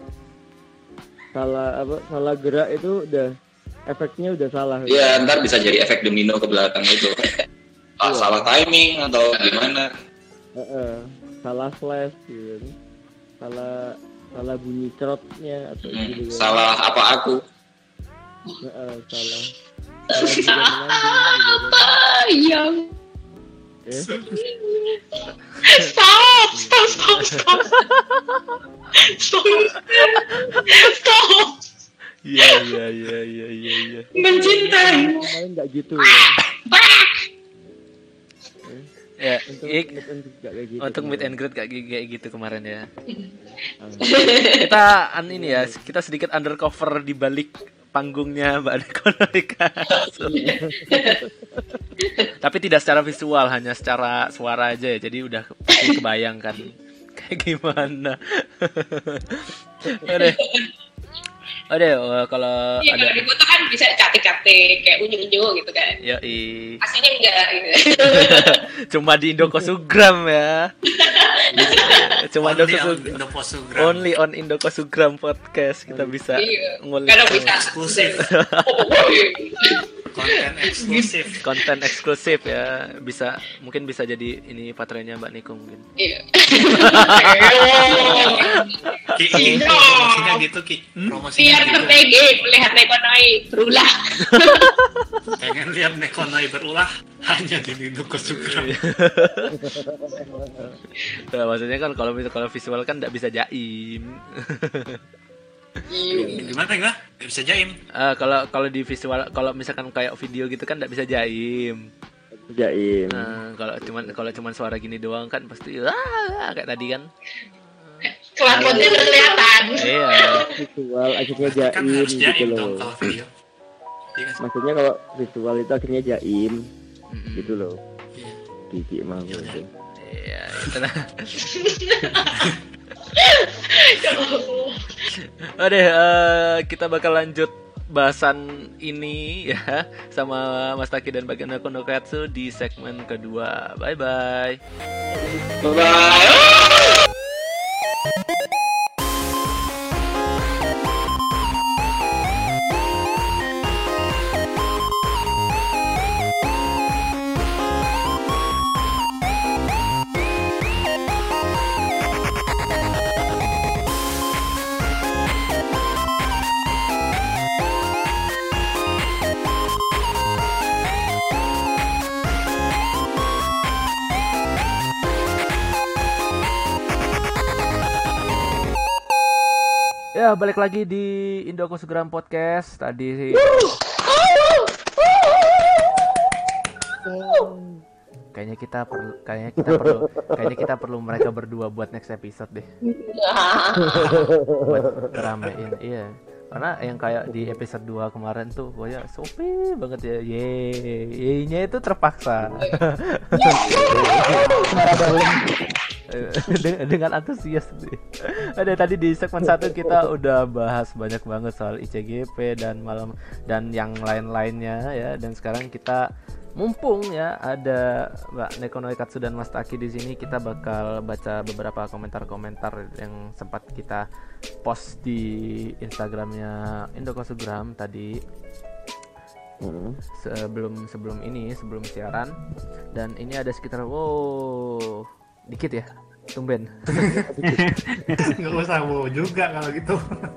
Speaker 7: Salah apa? Salah gerak itu udah efeknya udah salah.
Speaker 5: Iya, ntar bisa jadi efek domino ke belakang itu. Ah, salah timing atau gimana?
Speaker 7: Heeh. Salah flash gitu. Salah salah bunyi cerotnya atau
Speaker 5: Hmm,
Speaker 7: gitu. kan.
Speaker 5: salah apa aku?
Speaker 7: Heeh, salah. Salah juga menanding, gitu kan.
Speaker 4: Apa yang
Speaker 7: Eh?
Speaker 9: Stop, stop, stop, stop. Stop. Stop.
Speaker 1: Iya iya iya iya iya iya.
Speaker 9: Mencintai.
Speaker 7: Kemarin nggak gitu ya.
Speaker 1: Ya,
Speaker 7: Untuk
Speaker 1: ik,
Speaker 7: meet and greet nggak kayak gitu.
Speaker 1: untuk meet
Speaker 7: kemarin.
Speaker 1: and greet kayak kayak gitu kemarin ya.
Speaker 7: Ah.
Speaker 1: Kita an ini ya, kita sedikit undercover di balik panggungnya Mbak Nekonoika. Tapi tidak secara visual, hanya secara suara aja ya. Jadi udah pasti kebayangkan kayak gimana. Oke. Oke, kalau
Speaker 4: ya,
Speaker 1: ada
Speaker 4: kalau di foto kan bisa cantik-cantik kayak unyu-unyu gitu kan.
Speaker 1: yoi.
Speaker 4: Aslinya enggak gitu.
Speaker 1: Cuma di Indokosugram ya. Cuma
Speaker 3: Only on
Speaker 1: Indokosugram.
Speaker 3: Indoposugram.
Speaker 1: Only on Indokosugram podcast kita bisa
Speaker 4: Iya.
Speaker 1: ngulik
Speaker 4: Karena bisa
Speaker 3: Eksklusif. Konten eksklusif.
Speaker 1: konten eksklusif ya. Bisa mungkin bisa jadi ini patronnya Mbak Niko mungkin.
Speaker 4: Iya.
Speaker 3: Ki, Ki, promosinya gitu Ki. Promosinya
Speaker 4: Biar
Speaker 3: gitu.
Speaker 4: tertege melihat Nekonoi berulah.
Speaker 3: Pengen lihat Nekonai berulah hanya di Indoposugram.
Speaker 1: Nah, maksudnya kan kalau kalau visual kan nggak bisa jaim.
Speaker 3: Gimana gimana? Gak bisa jaim.
Speaker 1: Eh, kalau kalau di visual kalau misalkan kayak video gitu kan nggak bisa jaim.
Speaker 7: Kerjain.
Speaker 1: Nah, kalau cuman kalau cuman suara gini doang kan pasti ah, kayak tadi kan.
Speaker 9: Kelakuannya udah kelihatan.
Speaker 1: Iya.
Speaker 7: Visual akhirnya
Speaker 3: Kan
Speaker 7: jaim
Speaker 3: harus
Speaker 7: gitu
Speaker 3: jaim dong
Speaker 7: loh.
Speaker 3: kalau video. Iya kan?
Speaker 7: Maksudnya kalau visual itu akhirnya jaim
Speaker 1: Mm-mm.
Speaker 7: gitu loh.
Speaker 3: Iya.
Speaker 7: Gigi mau
Speaker 3: Iya,
Speaker 7: itu.
Speaker 1: Iya, itu nah. Oke, eh, kita bakal lanjut bahasan ini ya sama Mas Taki dan Bagian Konokatsu di segmen kedua. Bye bye.
Speaker 5: Bye.
Speaker 1: Ya, balik lagi di Indokosugram Podcast. Tadi Kayaknya kita perlu kayaknya kita perlu kayaknya kita perlu mereka berdua buat next episode deh. Buat ramein, iya. Karena yang kayak di episode dua kemarin tuh pokoknya sopi banget ya. Yeay, nya itu terpaksa. Dengan, dengan antusias nih. Ada tadi di segmen satu kita udah bahas banyak banget soal I C G P dan malam dan yang lain-lainnya ya. Dan sekarang kita mumpung ya ada Mbak Neko Noikatsu dan Mas Taki di sini, kita bakal baca beberapa komentar-komentar yang sempat kita post di Instagramnya Indokosugram tadi. Hmm. sebelum sebelum ini sebelum siaran, dan ini ada sekitar wow dikit ya tumben.
Speaker 3: Nggak usah wow juga kalau gitu.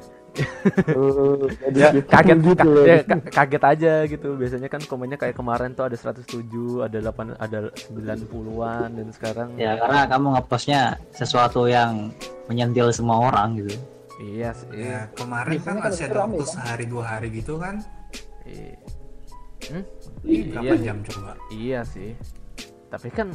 Speaker 1: Ya, kaget gitu ka- ya, ka- kaget aja gitu. Biasanya kan komennya kayak kemarin tuh ada seratus tujuh, ada delapan, ada sembilan puluhan, dan sekarang
Speaker 8: ya karena kamu ngepostnya sesuatu yang menyentil semua orang gitu.
Speaker 1: Iya sih.
Speaker 3: Ya, kemarin kan masih ada waktu sehari dua hari gitu kan.
Speaker 1: Iya. Hmm?
Speaker 3: Ini berapa
Speaker 1: Iya.
Speaker 3: jam coba?
Speaker 1: Iya sih. Tapi kan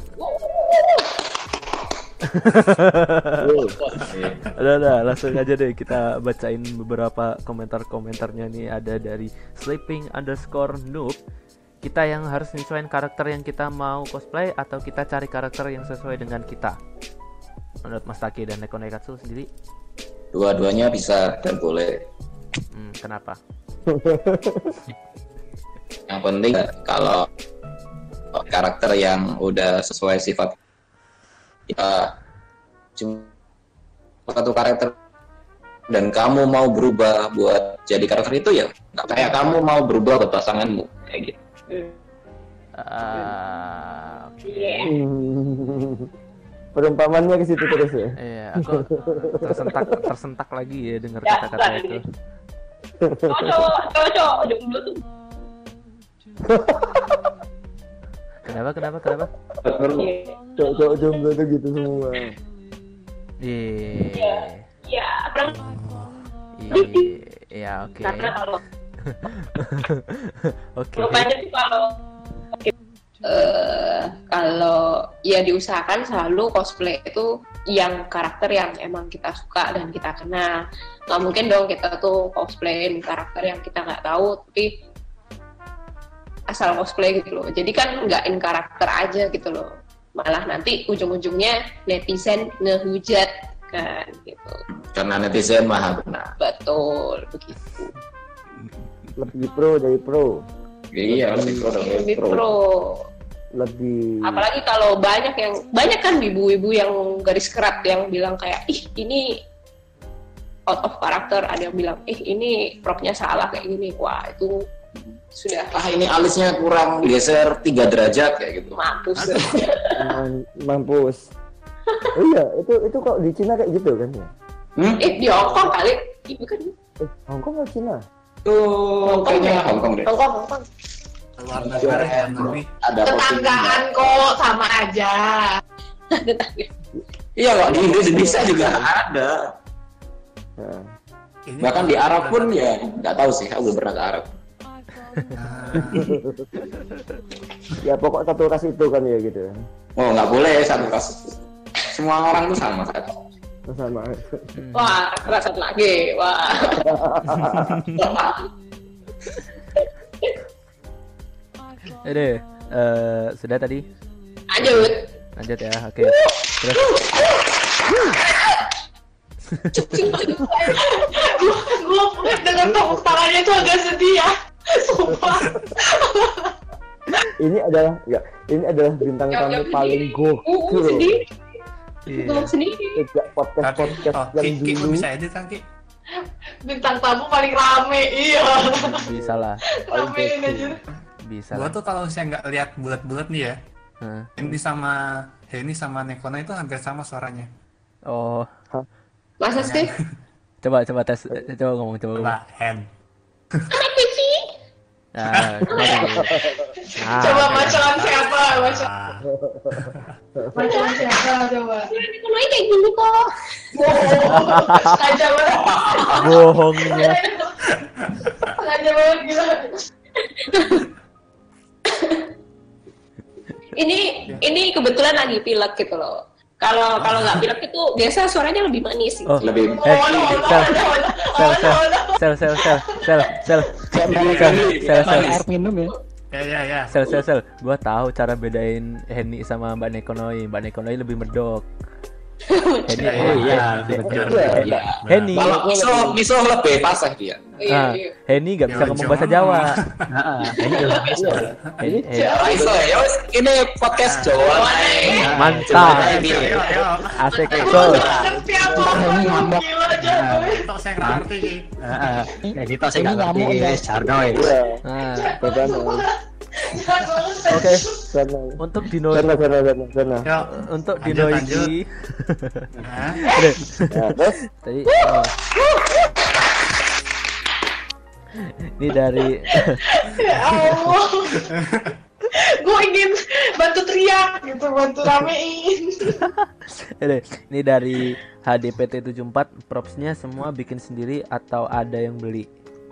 Speaker 1: udah, udah, langsung aja deh kita bacain beberapa komentar-komentarnya nih. Ada dari sleeping underscore noob. Kita yang harus nyesuaiin karakter yang kita mau cosplay atau kita cari karakter yang sesuai dengan kita? Menurut Mas Taki dan Neko Noikatsu sendiri?
Speaker 5: Dua-duanya bisa dan boleh.
Speaker 1: Hmm, kenapa?
Speaker 5: Yang penting kalau karakter yang udah sesuai sifat kita, cuma satu karakter dan kamu mau berubah buat jadi karakter itu, ya nggak kayak kamu mau berubah buat pasanganmu kayak gitu.
Speaker 1: Uh,
Speaker 4: Iya.
Speaker 7: Perumpamannya ke situ terus ya.
Speaker 1: Iya, aku tersentak tersentak lagi ya dengar kata-kata itu.
Speaker 4: Cocok, cocok, jomblo tuh.
Speaker 1: Kenapa, kenapa, kenapa?
Speaker 7: Cowok-cowok jomblo tuh gitu semua.
Speaker 1: Iya.
Speaker 4: Iya, kurang.
Speaker 1: Iya, oke.
Speaker 4: Karena kalau
Speaker 1: Oke.
Speaker 4: rupanya sih kalau eh kalau ya diusahakan selalu cosplay itu yang karakter yang emang kita suka dan kita kenal. Nggak mungkin dong kita tuh cosplayin karakter yang kita nggak tahu tapi asal cosplay gitu loh. Jadi kan nggak in karakter aja gitu loh. Malah nanti ujung-ujungnya netizen ngehujat kan gitu.
Speaker 5: Karena netizen maha benar.
Speaker 4: Betul begitu.
Speaker 7: Lebih pro dari pro.
Speaker 5: Iya, lebih pro dari
Speaker 4: Lebih
Speaker 5: pro.
Speaker 4: pro.
Speaker 7: Lebih.
Speaker 4: Apalagi kalau banyak yang banyak kan ibu-ibu yang garis kerat yang bilang kayak ih ini out of character, ada yang bilang ih ini propnya salah kayak gini. Wah itu sudah
Speaker 5: Ah, ini alisnya kurang geser tiga derajat kayak gitu.
Speaker 4: mampus.
Speaker 7: Man- mampus. Oh iya, itu itu kok di Cina kayak gitu kan ya?
Speaker 5: Hmm?
Speaker 4: eh di Hongkong kali itu kan
Speaker 7: Eh, Hongkong atau Cina?
Speaker 5: Tuh, kayaknya Hongkong deh.
Speaker 4: Hongkong Hongkong
Speaker 3: Luar negara ya lebih.
Speaker 5: Ada
Speaker 9: Tetanggaan kok sama aja.
Speaker 5: Iya, kok di Indonesia juga ada.
Speaker 7: Nah,
Speaker 3: Ini
Speaker 5: Bahkan di Arab pun ya nggak tahu sih, aku belum pernah ke Arab.
Speaker 7: ya pokok satu ras itu kan ya gitu.
Speaker 5: Oh, nggak boleh satu kasus. Semua orang tuh sama satu.
Speaker 7: Sama.
Speaker 4: wah kerasa lagi wah
Speaker 1: Udah, eh, sudah tadi.
Speaker 4: lanjut
Speaker 1: Lanjut ya. Oke. Terus
Speaker 9: Gue dengan tepuk tangannya itu agak sedih ya. Sumpah.
Speaker 7: Ini adalah ya, ini adalah bintang
Speaker 4: Jawab-
Speaker 7: tamu
Speaker 4: jawab
Speaker 7: paling
Speaker 4: sendiri. Uh, uh,
Speaker 7: gokil.
Speaker 4: sendiri
Speaker 1: iya.
Speaker 4: ngomong sendiri
Speaker 7: Sejak podcast-podcast
Speaker 3: Oh,
Speaker 7: yang
Speaker 3: Ki, Ki, lu
Speaker 7: dulu.
Speaker 3: bisa edit kan Ki?
Speaker 9: Bintang tamu paling rame, iya.
Speaker 1: Bisa lah.
Speaker 9: Ramein aja.
Speaker 1: Bisa
Speaker 3: Gua
Speaker 1: lah.
Speaker 3: tuh kalau saya nggak lihat bulat-bulat nih ya,
Speaker 1: Hah.
Speaker 3: ini sama Henny sama Nekona itu hampir sama suaranya.
Speaker 1: Oh,
Speaker 4: masa sih
Speaker 1: coba coba tes, eh, coba ngomong, coba ngomong.
Speaker 3: Coba Hen.
Speaker 1: Nah, kemarin. Nah,
Speaker 9: Coba
Speaker 1: oke.
Speaker 9: pacaran siapa? Baca-
Speaker 3: Ah,
Speaker 9: Pacaran siapa? Coba.
Speaker 4: Kenanya kayak gini kok
Speaker 9: Bohong. Sengaja banget.
Speaker 1: Bohongnya.
Speaker 9: Sengaja banget gila.
Speaker 4: ini ini kebetulan lagi pilek gitu loh. Kalau kalau nggak pilek itu biasa suaranya lebih manis gitu.
Speaker 2: Oh,
Speaker 5: Lebih
Speaker 2: eh, sel, sel, sel, sel, sel, sel, sel, sel, sel, sel,
Speaker 8: Air minum ya.
Speaker 3: Ya ya ya.
Speaker 2: sel, sel, sel. Gua tahu cara bedain Henny sama Mbak Nekonoi. Mbak Nekonoi lebih medok. Henny,
Speaker 8: Oh iya,
Speaker 5: Iya.
Speaker 2: Henny,
Speaker 5: Kalau miso miso lebih pasah dia.
Speaker 2: ah,
Speaker 4: Iya, iya.
Speaker 2: Henny nggak bisa
Speaker 3: Ya,
Speaker 2: ngomong
Speaker 3: Jawa
Speaker 2: bahasa
Speaker 3: mah.
Speaker 2: Jawa.
Speaker 8: Heeh, ini udah bisa.
Speaker 2: Henny, Henny.
Speaker 5: Ah, iso ya wis ini podcast Jawa.
Speaker 2: Mantap,
Speaker 5: Ini.
Speaker 3: Ayo ayo.
Speaker 2: asik betul.
Speaker 9: Ngerti apa?
Speaker 8: Ini ngambek.
Speaker 9: Gila Jokowi.
Speaker 3: Tok saya nggak ngerti iki.
Speaker 8: Heeh. Ya gitu saya
Speaker 7: Ini
Speaker 8: nggak ngerti
Speaker 7: nyamuk ya.
Speaker 8: Jarno ya.
Speaker 7: Iya,
Speaker 2: Nah,
Speaker 7: betul.
Speaker 2: oke.
Speaker 7: Sana,
Speaker 2: Untuk Dino,
Speaker 7: sana, sana, sana, sana.
Speaker 3: Yuk.
Speaker 2: untuk
Speaker 3: Lanjut,
Speaker 2: Dino
Speaker 3: lanjut.
Speaker 2: ini,
Speaker 3: Hah?
Speaker 7: Ya, terus
Speaker 2: tadi oh. Ini dari
Speaker 9: Ya Allah. Gue ingin bantu teriak gitu, bantu ramein.
Speaker 2: ini, ini dari H D P T tujuh puluh empat, propsnya semua bikin sendiri atau ada yang beli?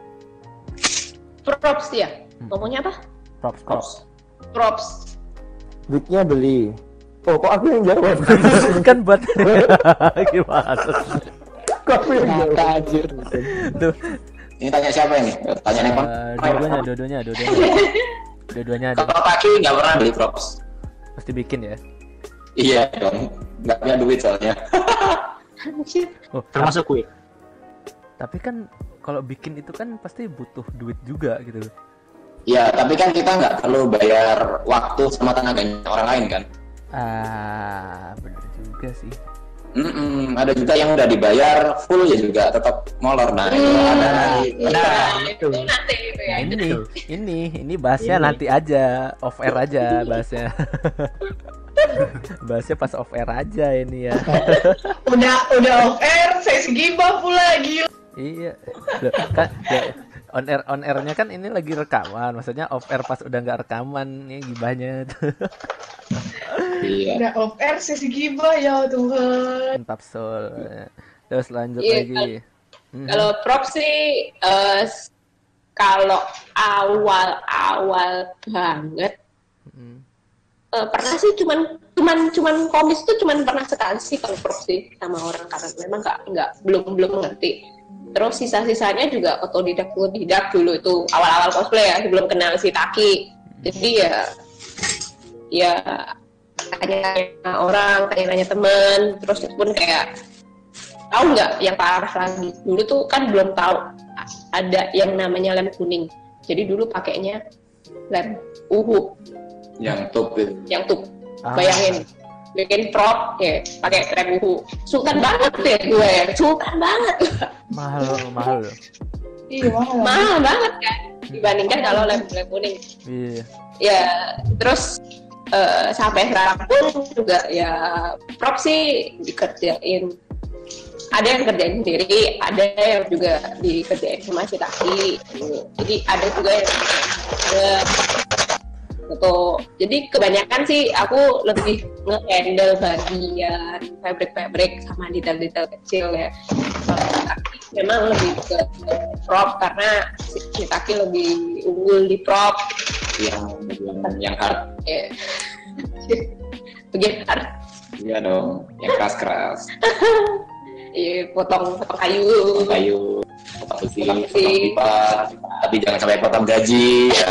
Speaker 4: Props ya. Ngomongnya apa?
Speaker 2: Props, props.
Speaker 4: Props.
Speaker 7: duitnya beli. Oh, kok aku yang jawab?
Speaker 2: Kan buat gimana?
Speaker 7: Kok aku yang jawab? Anjir.
Speaker 2: Tuh,
Speaker 5: Ini tanya siapa ini? Tanya Nepon.
Speaker 2: eh, dua-duanya, dua-duanya, dua-duanya. Dua-duanya ada.
Speaker 5: Kalau Taki nggak pernah beli props.
Speaker 2: Pasti bikin ya.
Speaker 5: Iya dong. Nggak punya duit soalnya.
Speaker 2: Oh,
Speaker 8: Termasuk gue.
Speaker 2: tapi kan kalau bikin itu kan pasti butuh duit juga gitu loh.
Speaker 5: Iya, tapi kan kita nggak perlu bayar waktu sama tenaganya orang lain kan.
Speaker 2: Ah, bener juga sih.
Speaker 5: Mm-mm, ada juga yang udah dibayar full ya juga tetap molor. Nah, itu ada.
Speaker 4: Nah, itu nanti gitu ya.
Speaker 2: Ini, ini, ini bahasnya nanti aja, off air aja bahasnya. Bahasnya pas off air aja ini ya.
Speaker 9: Udah udah off air, saya segibah pula gila.
Speaker 2: Iya, loh, kan ya, on air on airnya kan ini lagi rekaman, maksudnya off air pas udah nggak rekaman ini gibahnya tuh.
Speaker 5: Iya.
Speaker 9: Udah off air, saya segibah ya Tuhan.
Speaker 2: Mantap Sol. Terus lanjut
Speaker 4: Iya,
Speaker 2: lagi. Mhm.
Speaker 4: Kalau props sih eh, s- kalau awal-awal banget
Speaker 2: Mhm.
Speaker 4: eh, pernah sih cuman cuman cuman komis tuh cuman pernah sekali sih kalau props sih sama orang karena memang nggak nggak belum belum ngerti. Terus sisa-sisanya juga otodidak otodidak dulu itu awal-awal cosplay ya sebelum kenal si Taki. Jadi ya ya tanya-tanya orang, tanya-tanya teman, terus pun kayak tahu nggak yang parah lagi dulu tuh kan belum tahu ada yang namanya lem kuning. Jadi dulu pakainya lem uhu
Speaker 5: Yang top itu.
Speaker 4: yang tuh
Speaker 2: Ah.
Speaker 4: bayangin bikin prop ya pakai lem uhu. Sultan banget ya gue, sultan banget.
Speaker 2: Mahal, mahal. loh.
Speaker 9: Iya mahal.
Speaker 4: Mahal banget kan dibandingkan kalau lem lem kuning.
Speaker 2: Iya.
Speaker 4: Ya terus eh, sampai sekarang pun juga ya prop sih dikerjain, ada yang kerjain sendiri, ada yang juga dikerjain sama si Taki. Jadi ada juga yang ada gitu. Jadi kebanyakan sih aku lebih nge-handle bagian fabric-fabric sama detail-detail kecil ya. Kalau Taki memang lebih ke prop karena si si Taki lebih unggul di prop.
Speaker 5: Yang yang, yang hard.
Speaker 4: Ya. Bagian hard.
Speaker 5: Iya dong. Yang keras-keras.
Speaker 4: Iya, potong potong kayu.
Speaker 5: Kayu. Potong besi,
Speaker 4: Potong besi.
Speaker 5: potong pipa. Tapi jangan sampai potong gaji. Ya.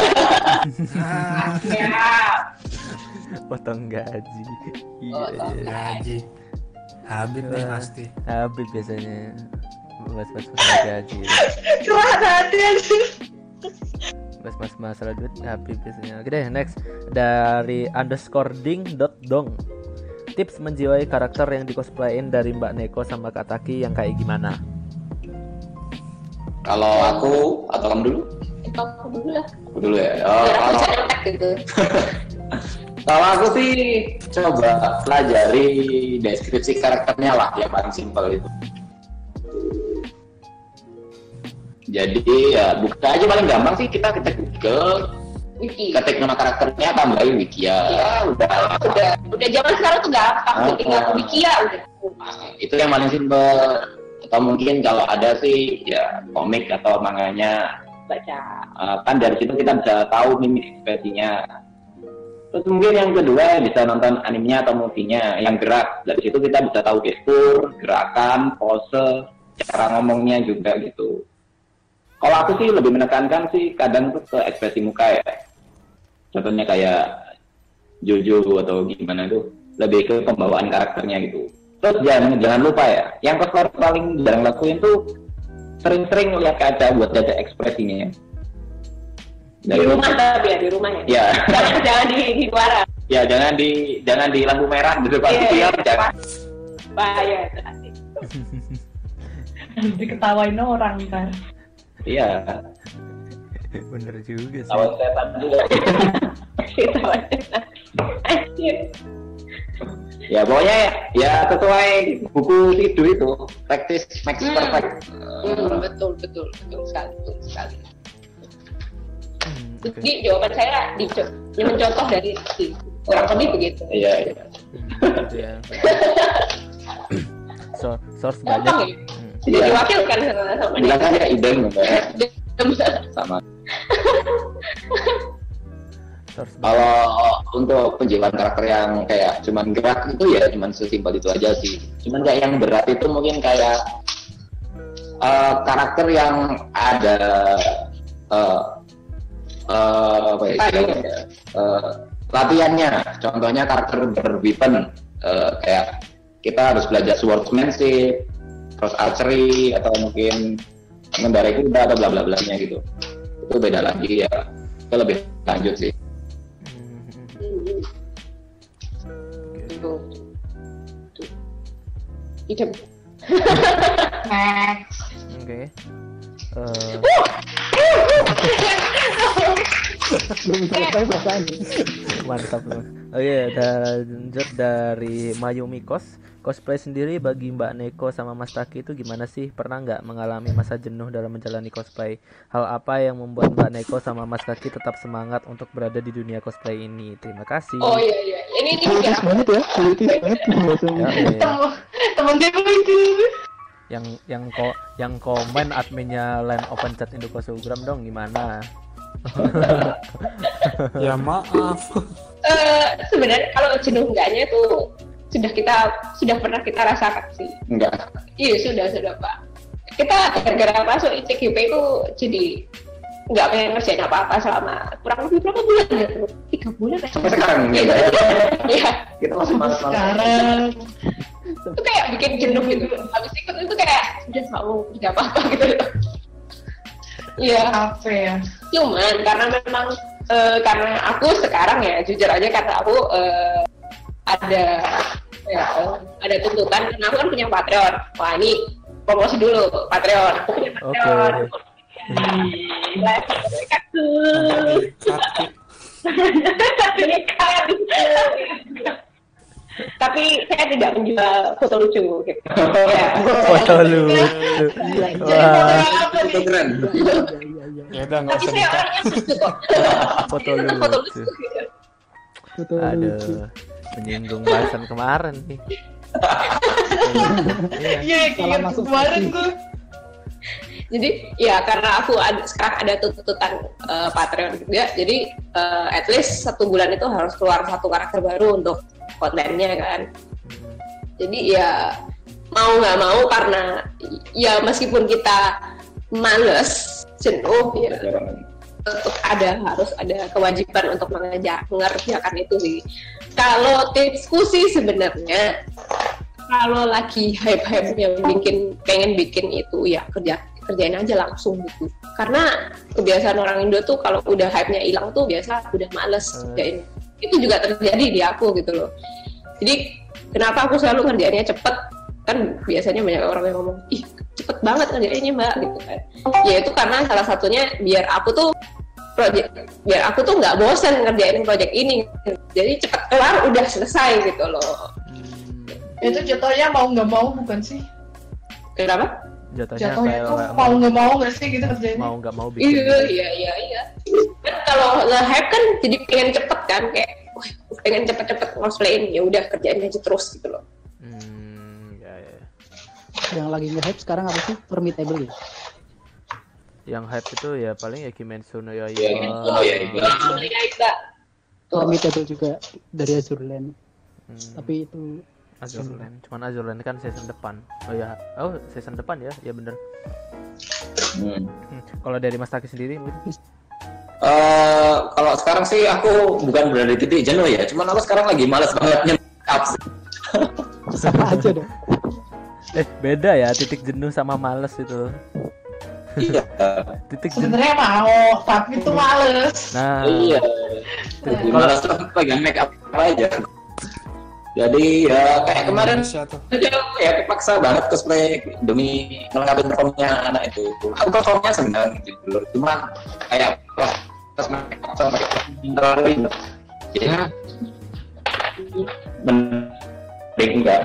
Speaker 4: Ya.
Speaker 2: Potong gaji. Iya.
Speaker 4: Potong
Speaker 2: iya.
Speaker 3: Gaji. Habib nih pasti.
Speaker 2: Habis biasanya bahas-bahas masalah gaji.
Speaker 9: Curhat hati anjing.
Speaker 2: Bahas-bahas masalah duit habis biasanya. Oke deh, next dari underscore ding dot dong. Tips menjiwai karakter yang dicosplayin dari Mbak Neko sama Kak Taki yang kayak gimana?
Speaker 5: Kalau aku atau kamu dulu?
Speaker 4: Itu aku dulu lah.
Speaker 5: Aku dulu ya. Oh,
Speaker 4: Biar aku
Speaker 5: kalau,
Speaker 4: bisa nyontek gitu.
Speaker 5: kalau aku sih coba pelajari deskripsi karakternya lah yang paling simpel itu. Jadi ya buka aja paling gampang sih kita kita Google,
Speaker 4: Wiki.
Speaker 5: ketik nama karakternya tambahin wiki ya.
Speaker 4: Iya.
Speaker 5: Udah.
Speaker 4: Udah, udah zaman sekarang tuh gampang.
Speaker 5: Ah,
Speaker 4: Tinggal
Speaker 5: ah.
Speaker 4: wiki ya udah.
Speaker 5: Nah, itu yang paling simpel. Atau mungkin kalau ada sih ya komik atau manganya,
Speaker 4: Baca.
Speaker 5: uh, kan dari situ kita bisa tahu mimik ekspresinya. Terus mungkin yang kedua bisa nonton animenya atau movie-nya yang gerak. Dari situ kita bisa tahu gestur, gerakan, pose, cara ngomongnya juga gitu. Kalau aku sih lebih menekankan sih kadang tuh ke ekspresi muka ya. Contohnya kayak Jojo atau gimana tuh, lebih ke pembawaan karakternya gitu. Terus jangan jangan lupa ya, yang cosplayer paling jarang lakuin tuh sering-sering lihat kaca buat jaga ekspresinya.
Speaker 4: Dari di rumah tapi ya di rumah ya.
Speaker 5: Ya.
Speaker 4: Jangan, jangan di di luar.
Speaker 5: Ya jangan di jangan di lampu merah di depan
Speaker 4: Iya,
Speaker 5: film
Speaker 4: iya.
Speaker 5: jangan.
Speaker 4: Bahaya itu nanti.
Speaker 10: Diketawain orang kan.
Speaker 5: Iya.
Speaker 1: Bener juga sih.
Speaker 5: Awas setan juga.
Speaker 4: Ketawain. Anjir.
Speaker 5: Ya pokoknya ya sesuai buku Sidu itu, practice makes
Speaker 4: Hmm.
Speaker 5: perfect.
Speaker 4: Hmm, betul betul betul sekali betul sekali.
Speaker 1: Hmm, oke.
Speaker 4: Jadi jawaban saya di yang mencontoh dari si kurang lebih begitu.
Speaker 5: Iya iya.
Speaker 1: Hmm, gitu ya. So, source banyak.
Speaker 4: Gampang ya?
Speaker 1: Hmm.
Speaker 4: Jadi
Speaker 5: Iya.
Speaker 4: diwakilkan sama sama
Speaker 5: Bilang aja idem ya.
Speaker 4: dia.
Speaker 5: Sama.
Speaker 1: Source banyak.
Speaker 5: Kalau untuk penjiwaan karakter yang kayak cuman gerak itu ya cuman sesimpel itu aja sih. Cuman kayak yang berat itu mungkin kayak eh, karakter yang ada eh, eh, apa ya istilahnya, eh, latihannya. Contohnya karakter berweapon eh, kayak kita harus belajar swordsmanship, terus archery atau mungkin mengendarai kuda atau bla bla blanya gitu. Itu beda lagi ya. Itu lebih lanjut sih.
Speaker 1: Hmm,
Speaker 4: Tuh. Tuh. Idem.
Speaker 10: Next.
Speaker 1: Oke. Eh,
Speaker 11: Belum selesai perasaan.
Speaker 1: mantap loh. Oh iya, lanjut dari Mayumi Kos. Cosplay sendiri bagi Mbak Neko sama Mas Taki itu gimana sih? Pernah nggak mengalami masa jenuh dalam menjalani cosplay? Hal apa yang membuat Mbak Neko sama Mas Taki tetap semangat untuk berada di dunia cosplay ini? Terima kasih.
Speaker 4: Oh iya iya. Ini ini
Speaker 11: Politis
Speaker 4: juga.
Speaker 11: banget ya, politis banget.
Speaker 1: Ya, iya.
Speaker 10: Temen dia itu.
Speaker 1: Yang yang ko yang komen adminnya Line Open Chat Indokosugram dong gimana?
Speaker 12: Ya maaf.
Speaker 4: Eh, sebenarnya kalau jenuh enggaknya itu sudah kita sudah pernah kita rasakan sih.
Speaker 5: Enggak.
Speaker 4: Iya sudah sudah Pak. Kita gara-gara masuk I C G P itu jadi nggak pengen ngerjain apa-apa selama kurang lebih berapa bulan ya? Tiga bulan ya?
Speaker 5: Sampai sekarang
Speaker 4: Iya.
Speaker 5: ya.
Speaker 4: Iya.
Speaker 5: Kita masih malas
Speaker 10: Sekarang
Speaker 4: Itu kayak bikin jenuh gitu. Habis ikut itu kayak udah nggak mau kerja apa-apa gitu. Iya.
Speaker 10: apa ya?
Speaker 4: Cuman karena memang eh, karena aku sekarang ya jujur aja karena aku eh, ada ya, eh, ada tuntutan karena aku kan punya Patreon. Wah ini promosi dulu Patreon. Aku punya Patreon. Tapi saya tidak menjual foto lucu gitu. Ya.
Speaker 1: Foto lucu. Wah,
Speaker 5: Itu keren.
Speaker 12: Ya udah nggak
Speaker 4: Tapi
Speaker 12: usah
Speaker 4: saya
Speaker 12: nikah.
Speaker 4: orangnya lucu kok.
Speaker 1: foto
Speaker 4: Foto
Speaker 1: lucu.
Speaker 4: lucu.
Speaker 11: Foto lucu.
Speaker 1: Aduh, menyinggung bahasan kemarin nih.
Speaker 10: Iya, kayak
Speaker 11: masuk
Speaker 10: kemarin
Speaker 11: sih.
Speaker 10: gue.
Speaker 4: Jadi ya karena aku ada, sekarang ada tuntutan uh, Patreon juga, jadi uh, at least satu bulan itu harus keluar satu karakter baru untuk kontennya kan. Jadi ya mau nggak mau karena ya meskipun kita males, jenuh ya tetap ada harus ada kewajiban untuk mengejar, mengerjakan itu sih. Kalau tipsku sih sebenarnya kalau lagi hype-hype-nya bikin pengen bikin itu ya kerja kerjain aja langsung gitu. Karena kebiasaan orang Indo tuh kalau udah hype-nya hilang tuh biasa udah males kerjain. Itu juga terjadi di aku gitu loh. Jadi kenapa aku selalu ngerjainnya cepet? Kan biasanya banyak orang yang ngomong, ih cepet banget ngerjainnya mbak gitu kan. Ya itu karena salah satunya biar aku tuh project, biar aku tuh nggak bosan ngerjain project ini. Jadi cepet kelar udah selesai gitu loh.
Speaker 10: Itu jatuhnya mau nggak mau bukan sih?
Speaker 4: Kenapa?
Speaker 1: Jatuhnya
Speaker 10: Jatuhnya
Speaker 1: kayak
Speaker 10: tuh
Speaker 1: nggak
Speaker 10: mau nggak mau nggak sih gitu kerjanya?
Speaker 1: mau nggak mau bikin.
Speaker 4: Iya, iya, iya, iya. Kan kalau nge-hype kan jadi pengen cepet kan, kayak wah, pengen cepet-cepet cosplayin, ya udah kerjain aja terus gitu loh.
Speaker 1: Hmm, ya, ya.
Speaker 11: Yang lagi nge-hype sekarang apa sih? Permittable ya?
Speaker 1: Yang hype itu ya paling ya Kimetsu no Yaiba.
Speaker 5: Iya, Kimetsu no Yaiba.
Speaker 4: Iya, Mbak.
Speaker 11: Formidable juga dari Azurland.
Speaker 1: Hmm.
Speaker 11: Tapi itu
Speaker 1: Azurland, cuman Azurland kan season depan. Oh ya, oh season depan ya, ya bener.
Speaker 5: Hmm.
Speaker 1: Hmm. Kalau dari Mas Taki sendiri mungkin?
Speaker 5: Uh, kalau sekarang sih aku bukan berada di titik jenuh ya, cuman aku sekarang lagi malas banget nyetak.
Speaker 11: Sama aja dong.
Speaker 1: Eh beda ya titik jenuh sama males itu.
Speaker 5: Iya.
Speaker 1: Titik jenuh.
Speaker 10: Sebenarnya mau, tapi tuh males.
Speaker 1: Nah.
Speaker 5: Iya. Kalau malas tuh pegang make up aja. Jadi ya kayak kemarin aja ya kepaksa banget cosplay demi melengkapi performnya anak itu. Aku performnya senang gitu, cuma kayak pas make up sama terlalu ya mending enggak.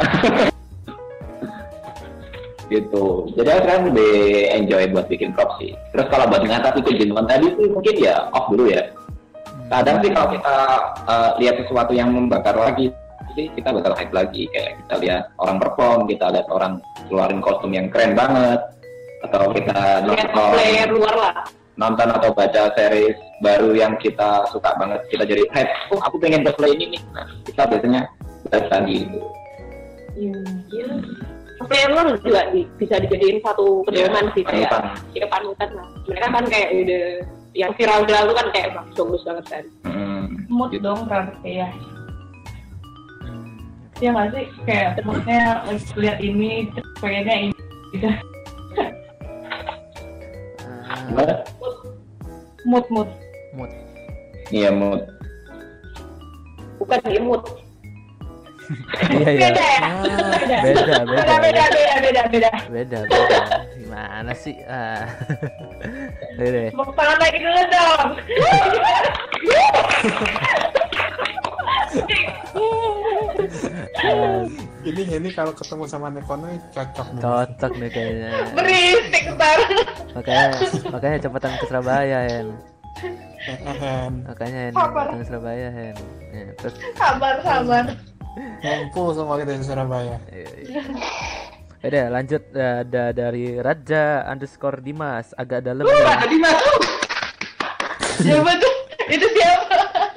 Speaker 5: Gitu. Jadi aku kan lebih enjoy buat bikin prop sih. Terus kalau buat ngatasi kejenuhan tadi tuh mungkin ya off dulu ya. Kadang sih kalau kita uh, lihat sesuatu yang membakar lagi, jadi kita bakal hype lagi. Kayak kita lihat orang perform, kita lihat orang keluarin kostum yang keren banget, atau kita nonton
Speaker 4: luar lah.
Speaker 5: nonton atau baca series baru yang kita suka banget, kita jadi hype. Oh, aku pengen cosplay ini nih. Nah, kita biasanya balik lagi gitu.
Speaker 4: Iya. Player luar juga di, bisa dijadiin satu pedoman
Speaker 5: Ya,
Speaker 4: sih kayak
Speaker 5: panutan.
Speaker 4: ya panutan lah. Mereka kan kayak udah yang viral-viral itu kan kayak bagus banget kan.
Speaker 5: Hmm,
Speaker 10: Mood
Speaker 5: gitu.
Speaker 10: dong berarti ya. Iya nggak sih? Kayak moodnya lihat ini, pengennya ini. Gitu.
Speaker 5: Gimana?
Speaker 10: Mood, mood.
Speaker 1: Mood.
Speaker 5: Iya mood.
Speaker 4: Bukan imut.
Speaker 1: Iya iya.
Speaker 10: Beda ya?
Speaker 1: Beda beda.
Speaker 10: Beda, beda, beda, beda, beda.
Speaker 1: Beda beda. Gimana sih? Ah. Deh.
Speaker 10: Mau tangan lagi dulu dong.
Speaker 12: Ini ini kalau ketemu sama Nekono cocok nih.
Speaker 1: Cocok nih kayaknya.
Speaker 10: Berisik ntar.
Speaker 1: Makanya makanya cepetan ke Surabaya Hen.
Speaker 12: Ehem.
Speaker 1: Makanya Hen
Speaker 10: Sabar.
Speaker 1: cepetan ke Surabaya Hen. Ya, terus
Speaker 10: Sabar, sabar.
Speaker 12: Ngumpul semua kita di Surabaya.
Speaker 1: iya, iya. Udah lanjut uh, ada dari Raja underscore Dimas agak dalam.
Speaker 10: Uh,
Speaker 1: ya.
Speaker 10: tadi masuk. Siapa tuh? Itu siapa?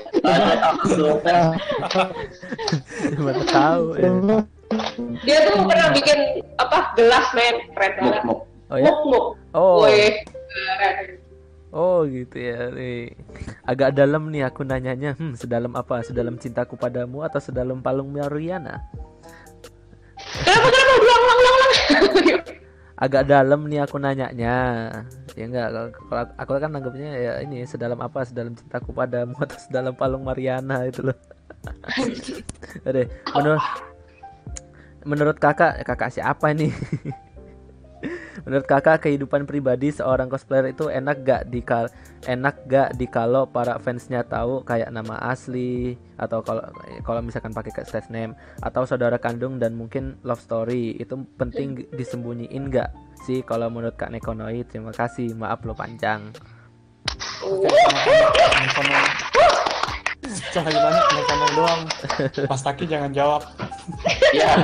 Speaker 1: Siapa tahu ya.
Speaker 4: Dia tuh pernah bikin apa gelas men keren banget.
Speaker 5: Muk, muk.
Speaker 1: Oh ya.
Speaker 4: Muk muk.
Speaker 1: Oh.
Speaker 4: Wih, keren.
Speaker 1: Oh gitu ya. Nih. Agak dalam nih aku nanyanya. Hmm, sedalam apa? Sedalam cintaku padamu atau sedalam palung Mariana?
Speaker 4: Kenapa kenapa ulang ulang ulang ulang?
Speaker 1: Agak dalam nih aku nanyanya. Ya enggak, kalau aku kan nanggapnya ya ini sedalam apa? Sedalam cintaku padamu atau sedalam palung Mariana itu loh. Oke, menurut menurut kakak, kakak siapa ini? Menurut kakak kehidupan pribadi seorang cosplayer itu enak gak dikal enak gak dikalau para fansnya tahu kayak nama asli atau kalau kalau misalkan pakai stage name atau saudara kandung dan mungkin love story itu penting disembunyiin gak sih kalau menurut Kak Nekonoi? Terima kasih, maaf lo panjang.
Speaker 12: Nekono. Cuma ditanya Nekono doang. Pas Taki jangan jawab.
Speaker 5: Ya.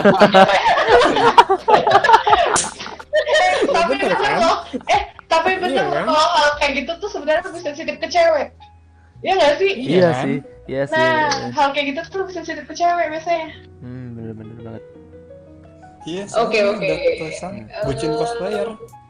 Speaker 10: Tapi
Speaker 12: bener,
Speaker 10: bener
Speaker 12: kan?
Speaker 10: loh. Eh, tapi bener
Speaker 12: Iya,
Speaker 10: loh
Speaker 12: kan?
Speaker 10: kalau hal kayak gitu tuh sebenarnya lebih sensitif ke cewek. Iya nggak sih?
Speaker 1: Iya,
Speaker 12: Iya,
Speaker 1: sih, iya sih.
Speaker 10: Nah, hal kayak gitu tuh lebih sensitif ke cewek biasanya.
Speaker 1: Hmm, bener-bener banget.
Speaker 12: Iya.
Speaker 4: Oke,
Speaker 12: soalnya
Speaker 4: oke.
Speaker 12: udah tulisan bucin cosplayer.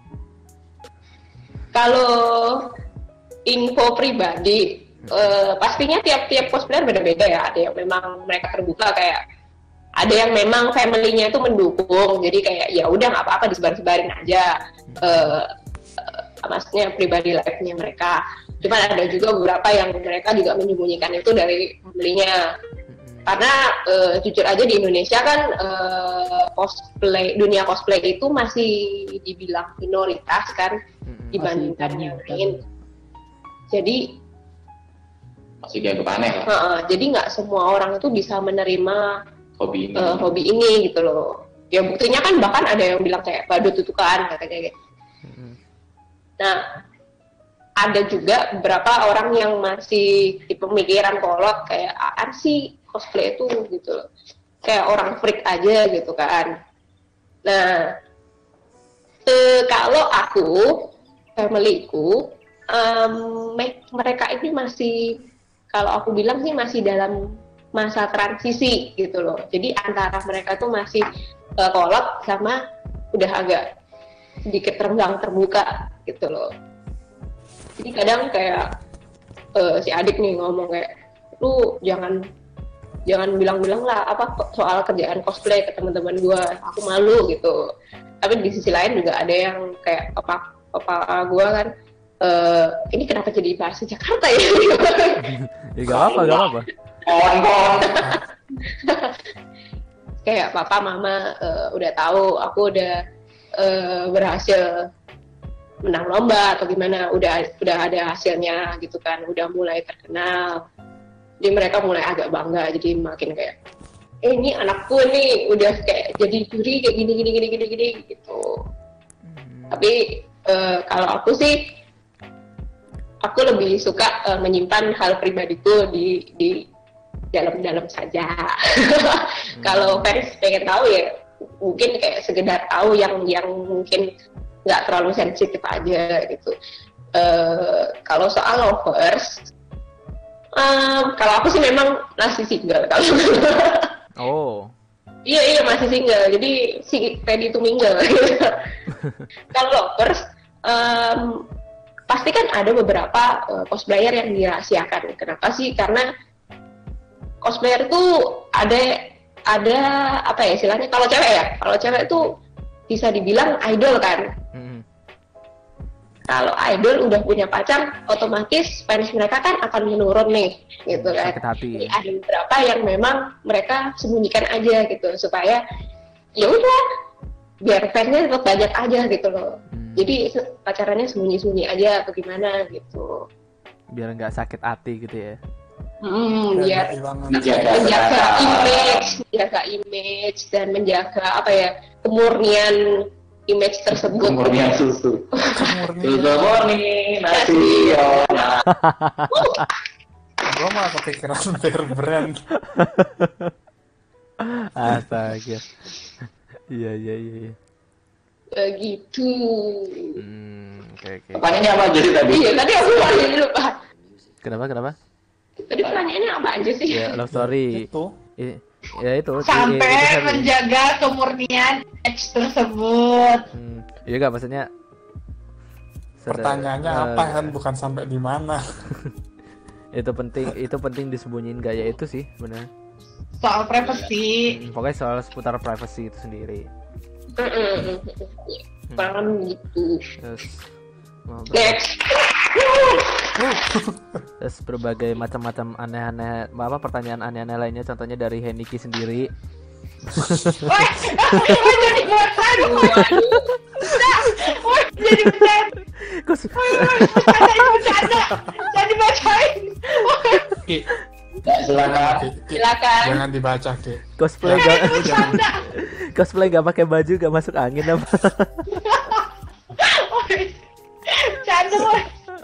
Speaker 4: Kalau info pribadi, eh, pastinya tiap-tiap cosplayer beda-beda ya. Ada yang memang mereka terbuka kayak, ada yang memang family-nya itu mendukung. Jadi kayak ya udah nggak apa-apa disebar-sebarin aja. Eh, eh, maksudnya pribadi life-nya mereka. Cuman ada juga beberapa yang mereka juga menyembunyikan itu dari family-nya. Karena uh, jujur aja di Indonesia kan uh, cosplay, dunia cosplay itu masih dibilang minoritas kan dibandingkan yang lain. Jadi
Speaker 5: Masih dianggap aneh lah
Speaker 4: uh, uh, jadi nggak semua orang itu bisa menerima
Speaker 5: hobi ini.
Speaker 4: uh, hobi ini gitu loh. Ya buktinya kan bahkan ada yang bilang kayak badut itu kan katanya gitu. Nah ada juga beberapa orang yang masih di pemikiran kolot kayak apaan sih cosplay itu gitu loh. Kayak orang freak aja gitu kan. Nah, e, kalau aku, familyku, um, mereka ini masih kalau aku bilang sih masih dalam masa transisi gitu loh. Jadi antara mereka tuh masih uh, kolot sama udah agak sedikit renggang terbuka gitu loh. Jadi kadang kayak uh, si adik nih ngomong kayak, lu jangan jangan bilang-bilang lah apa soal kerjaan cosplay ke teman-teman gue, aku malu gitu. Tapi di sisi lain juga ada yang kayak papa papa gue kan, uh, ini kenapa jadi bahasa Jakarta ya?
Speaker 13: Ya gak apa, gak apa.
Speaker 4: Kayak papa mama uh, udah tahu aku udah uh, berhasil menang lomba atau gimana, udah udah ada hasilnya gitu kan, udah mulai terkenal. Jadi mereka mulai agak bangga, jadi makin kayak, eh ini anakku nih udah kayak jadi juri kayak gini gini gini gini gini gitu. Hmm. Tapi uh, kalau aku sih, aku lebih suka uh, menyimpan hal pribadiku di di dalam-dalam saja. Hmm. Kalau fans pengen tahu ya mungkin kayak sekedar tahu yang yang mungkin nggak terlalu sensitif aja gitu. Uh, kalau soal lovers, um, kalau aku sih memang masih single kalau.
Speaker 13: Oh.
Speaker 4: Iya iya masih single, jadi si ready to mingle. Gitu. Kalau lovers, um, pasti kan ada beberapa uh, cosplayer yang dirahasiakan. Kenapa sih? Karena cosplayer itu ada ada apa ya istilahnya, kalau cewek ya, kalau cewek itu bisa dibilang idol kan. Hmm. Kalau idol udah punya pacar, otomatis fans mereka kan akan menurun nih, gitu kan.
Speaker 13: Sakit hati.
Speaker 4: Jadi ada beberapa yang memang mereka sembunyikan aja gitu supaya ya udah biar fansnya tetap banyak aja gitu loh. Hmm. Jadi pacarannya sembunyi-sembunyi aja atau gimana gitu.
Speaker 13: Biar nggak sakit hati gitu ya.
Speaker 4: Hmm, biar menjaga, menjaga image, menjaga image dan menjaga apa ya kemurnian image tersebut.
Speaker 5: Kemurnian susu. Susu murni nasional.
Speaker 12: Gua malah kepikiran bear brand.
Speaker 13: Astaga. Iya iya iya.
Speaker 4: Begitu.
Speaker 13: Hmm, oke oke.
Speaker 5: Pertanyaannya apa jadi tadi?
Speaker 4: Iya tadi aku tanya lupa.
Speaker 13: Kenapa kenapa?
Speaker 4: Tadi pertanyaannya apa aja sih?
Speaker 13: Ya, love story. Itu. I, ya itu.
Speaker 9: Sampai
Speaker 13: i, itu
Speaker 9: menjaga kemurnian image tersebut.
Speaker 13: Hmm, iya gak maksudnya?
Speaker 12: Pertanyaannya uh, apa kan, bukan sampai di mana?
Speaker 13: Itu penting, itu penting disembunyiin gaya itu sih, benar.
Speaker 9: Soal privacy.
Speaker 13: Hmm, pokoknya soal seputar privacy itu sendiri.
Speaker 4: Heeh. Paham gitu.
Speaker 13: Terus,
Speaker 4: next.
Speaker 13: Terus berbagai macam-macam aneh-aneh, apa pertanyaan aneh-aneh lainnya, contohnya dari Heniki sendiri.
Speaker 9: Wah, jadi bosan. Wah, jadi bosan. Bercanda, jadi bacain.
Speaker 5: Ki, silakan.
Speaker 4: Silakan.
Speaker 12: Jangan dibaca, Ki.
Speaker 13: Cosplay gak, cosplay gak pakai baju gak masuk angin apa?
Speaker 9: Canda loh.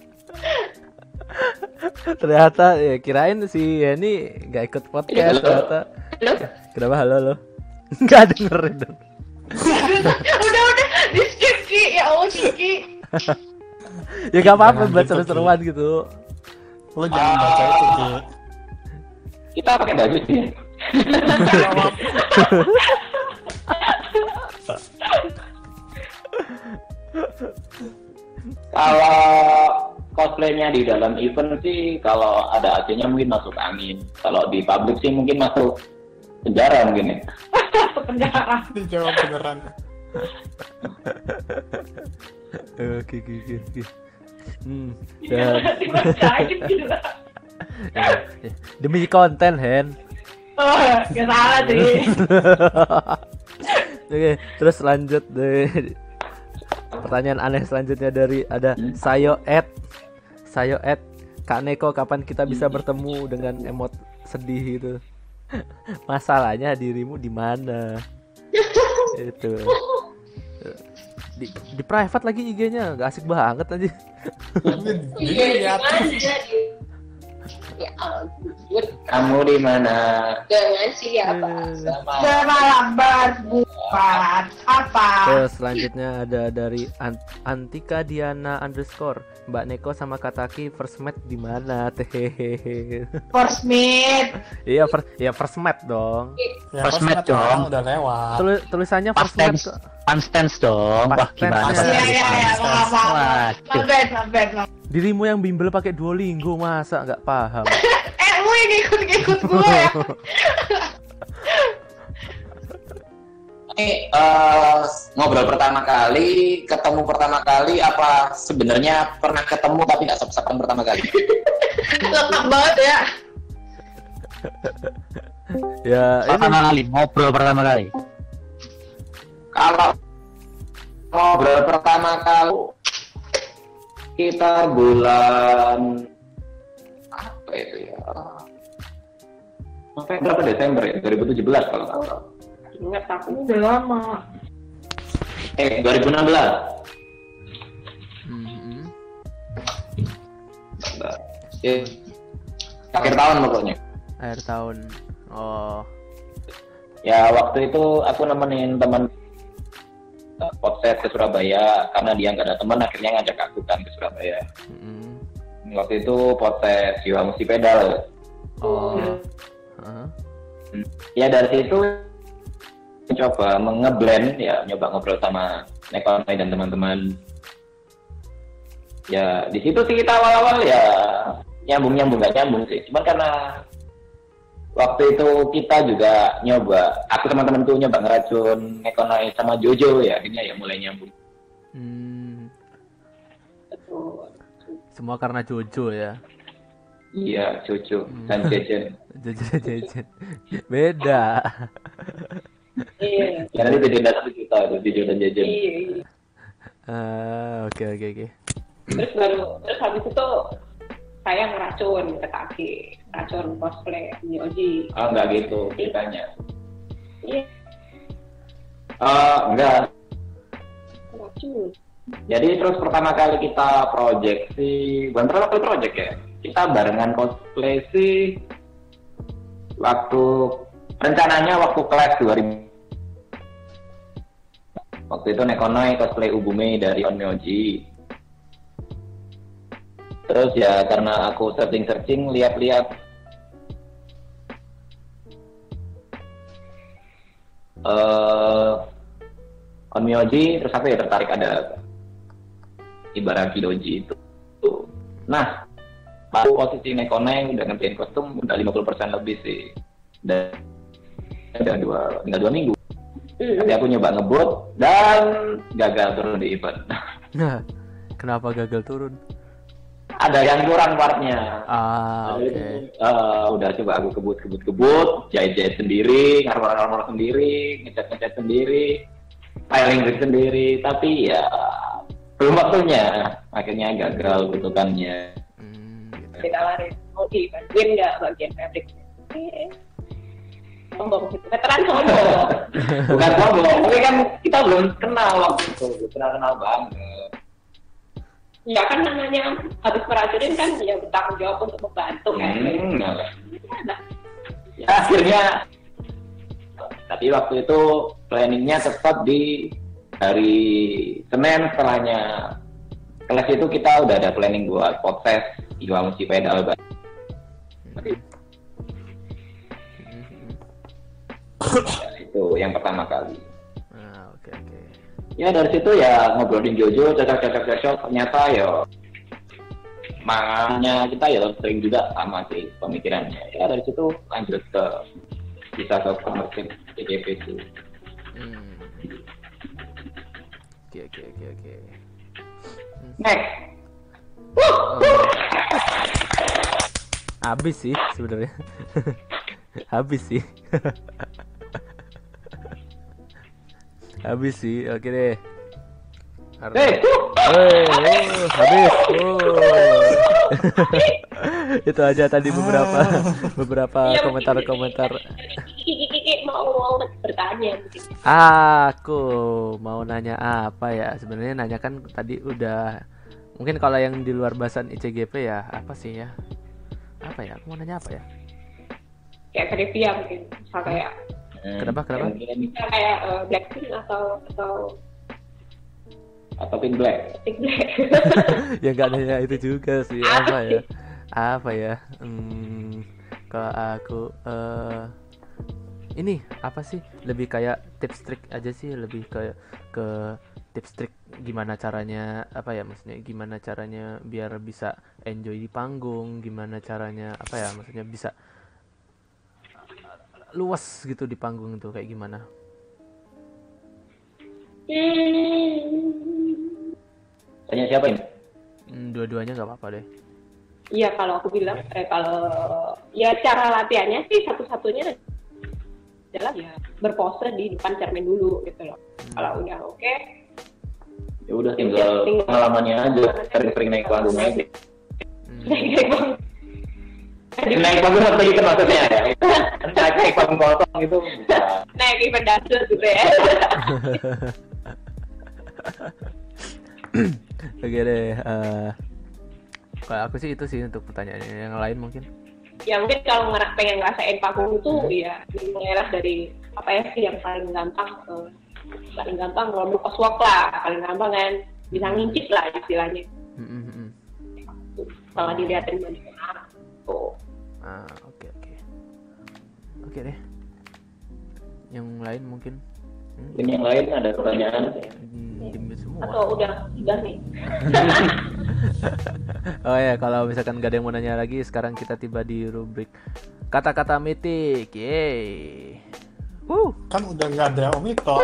Speaker 13: Ternyata ya kirain si Yeni nggak ikut podcast. Halo. Ternyata.
Speaker 4: Halo.
Speaker 13: Kenapa halo lo? Nggak dengerin dong.
Speaker 9: Udah udah di skip Ki, ya Allah Ki.
Speaker 13: Ya nggak apa-apa buat seru-seruan gitu.
Speaker 12: Lo jangan baca itu Ki.
Speaker 5: Kita pakai baju sih. Kalau cosplaynya di dalam event sih, kalau ada A C-nya mungkin masuk angin. Kalau di publik sih mungkin masuk penjara mungkin ya.
Speaker 9: Penjara.
Speaker 12: Dijawab beneran.
Speaker 13: Oke oke oke. Hmm. Demi konten Hen.
Speaker 9: Oh, gak salah sih.
Speaker 13: Oke, terus lanjut deh. Pertanyaan aneh selanjutnya dari ada Sayo Ed. Sayo Ed, Kak Neko, kapan kita bisa bertemu dengan emot sedih itu? Masalahnya dirimu di mana? Itu. Di, di private lagi I G-nya, gak asik banget aja.
Speaker 4: Iya, ya
Speaker 5: Kamu di mana?
Speaker 4: Dengan siapa?
Speaker 9: Semalam berbuat apa?
Speaker 13: Terus selanjutnya ada dari An- Antika Diana underscore Mbak Neko sama Kataki first match di mana? Tehehehe.
Speaker 9: First meet.
Speaker 13: Iya first, ya first match dong.
Speaker 12: Ya,
Speaker 6: First match dong.
Speaker 12: Udah lewat.
Speaker 13: Tulis, tulisannya
Speaker 6: Past
Speaker 13: first match.
Speaker 6: tense, past tense dong. Wah,
Speaker 13: Past
Speaker 6: gimana
Speaker 13: tense.
Speaker 6: sih?
Speaker 9: Iya iya iya, maaf maaf.
Speaker 6: Waduh.
Speaker 9: My bad, my bad, my bad.
Speaker 13: Dirimu yang bimbel pakai Duolingo masa nggak paham?
Speaker 9: Eh, lu yang ikut-ikut gue ya.
Speaker 5: Ini eh, ngobrol pertama kali, ketemu pertama kali, apa sebenarnya pernah ketemu tapi nggak sep-sepan pertama kali?
Speaker 9: Lengkap banget ya.
Speaker 13: Ya ini
Speaker 6: Pertama kali ngobrol pertama kali.
Speaker 5: Kalau ngobrol pertama kali kita bulan apa itu ya? Sampai berapa Desember ya? dua ribu tujuh belas kalau nggak salah.
Speaker 4: Ingat aku.
Speaker 9: Udah lama.
Speaker 5: Eh, dua ribu enam belas.
Speaker 13: Mhm.
Speaker 5: Ya, akhir tahun pokoknya.
Speaker 13: akhir tahun. Oh.
Speaker 5: Ya waktu itu aku nemenin teman uh, podcast ke Surabaya karena dia nggak ada teman, akhirnya ngajak aku kan ke Surabaya.
Speaker 13: Mhm.
Speaker 5: Waktu itu podcast Jiwa Musik Pedal.
Speaker 13: Oh. Heeh.
Speaker 5: Ya dari situ coba mengeblend ya, nyoba ngobrol sama Nekonai dan teman-teman. Ya di situ sih kita awal-awal ya nyambung-nyambung nggak nyambung sih, cuman karena waktu itu kita juga nyoba, aku teman-teman tuh nyoba ngeracun Nekonai sama Jojo ya, akhirnya ya mulai nyambung.
Speaker 13: Hmm. Semua karena Jojo ya.
Speaker 5: Iya, Jojo dan Jejen.
Speaker 13: Jojo dan Jejen. Beda.
Speaker 4: Iya.
Speaker 5: Ya nanti di denda satu juta itu Jojo dan Jejen.
Speaker 4: Iya, iya.
Speaker 13: Ah, oke oke oke.
Speaker 4: Terus baru terus habis itu saya ngeracun ke kaki, racun cosplay Mioji.
Speaker 5: Ah enggak gitu ceritanya.
Speaker 4: Iya,
Speaker 5: Ah enggak.
Speaker 4: racun.
Speaker 5: Jadi terus pertama kali kita project sih, bukan pertama kali project ya. Kita barengan cosplay sih waktu rencananya waktu kelas dua ribu. Waktu itu Nekonai cosplay Ubume dari Onmyoji. Terus ya karena aku searching-searching, lihat-lihat uh, Onmyoji, terus aku ya tertarik ada Ibaraki Doji itu. Nah, baru posisi Nekonai udah ngerjain kostum udah lima puluh persen lebih sih. Dan udah dua, tinggal dua minggu. Tapi aku nyoba ngebut dan gagal turun di event.
Speaker 13: Nah, kenapa gagal turun?
Speaker 5: Ada yang kurang partnya.
Speaker 13: Ah, oke. Okay.
Speaker 5: Uh, udah coba aku kebut kebut kebut, jahit jahit sendiri, ngarmor ngarmor sendiri, ngecat ngecat sendiri, filing rig sendiri. Tapi ya belum waktunya. Akhirnya gagal bentukannya.
Speaker 13: Hmm, gitu.
Speaker 4: Ditawarin mau dibantuin nggak bagian fabric? Sombong gitu, veteran sombong.
Speaker 5: Bukan sombong, tapi kan kita belum kenal waktu itu, kenal kenal banget.
Speaker 4: Ya kan namanya habis meracunin kan ya bertanggung jawab untuk membantu kan.
Speaker 5: Hmm, nah.
Speaker 4: Nah,
Speaker 5: Ya, akhirnya, tapi waktu itu planningnya tetap di hari Senin setelahnya kelas itu kita udah ada planning buat podcast Jiwa Musik Pedal. Ya, itu yang pertama kali.
Speaker 13: Ah, oke okay, oke. Okay.
Speaker 5: Ya dari situ ya ngobrolin Jojo, cocok-cocok-cocok, ternyata ya makanya kita ya sering juga sama sih pemikirannya. Ya dari situ lanjut ke bisa ke partnership J G P sih.
Speaker 13: Hmm. Oke oke oke oke.
Speaker 5: Next.
Speaker 13: Oh. Habis sih sebenarnya. Habis sih. Habis sih, oke deh.
Speaker 5: Hey,
Speaker 13: hey, oh, habis. Oh. Itu aja tadi beberapa beberapa komentar-komentar.
Speaker 4: Kiki mau bertanya mungkin.
Speaker 13: Aku mau nanya apa ya? Sebenarnya nanya kan tadi udah. Mungkin kalau yang di luar bahasan I C G P ya apa sih ya? Apa ya? Aku mau nanya apa ya?
Speaker 4: kayak trivia mungkin, misal kayak
Speaker 13: Kenapa kenapa?
Speaker 4: misal kayak uh, Blackpink atau atau
Speaker 5: atau Pink Black.
Speaker 4: Pink Black.
Speaker 13: Ya nggak nanya itu juga sih. Apa ya? Apa ya? Hmm, kalau aku uh, ini apa sih? Lebih kayak tips trik aja sih, lebih kayak ke tips trik gimana caranya, apa ya maksudnya gimana caranya biar bisa enjoy di panggung, gimana caranya apa ya maksudnya bisa luas gitu di panggung itu kayak gimana?
Speaker 5: Tanya siapa ini?
Speaker 13: Hmm, dua-duanya nggak apa-apa deh.
Speaker 4: Iya, kalau aku bilang eh, kalau ya cara latihannya sih satu-satunya adalah ya berpose di depan cermin dulu gitu loh. Hmm. Kalau udah oke, okay,
Speaker 5: ya udah tinggal, tinggal pengalamannya aja, sering-sering naik panggung aja.
Speaker 4: Naik panggung.
Speaker 5: Naik panggung apa gitu maksudnya ya? Naik naik panggung kosong gitu.
Speaker 4: Naik event dance gitu ya.
Speaker 13: Oke deh. Uh, kalau aku sih itu sih untuk pertanyaannya. Yang lain mungkin?
Speaker 4: Ya mungkin kalau ngerak pengen ngerasain panggung itu ya mulailah dari apa ya sih yang paling gampang. Uh, paling gampang kalau mau coswalk lah, paling gampang kan bisa ngincip lah istilahnya.
Speaker 13: Mm-hmm.
Speaker 4: Kalau dilihatin dari orang tuh.
Speaker 13: Ah oke okay, oke okay. oke okay deh. Yang lain mungkin?
Speaker 5: Hmm? Yang lain ada pertanyaan?
Speaker 13: Hmm, semua.
Speaker 4: Atau udah udah nih.
Speaker 13: Oh ya, kalau misalkan gak ada yang mau nanya lagi, sekarang kita tiba di rubrik kata-kata mitik. Yeay.
Speaker 12: Wuh. Kan udah nggak ada Omito.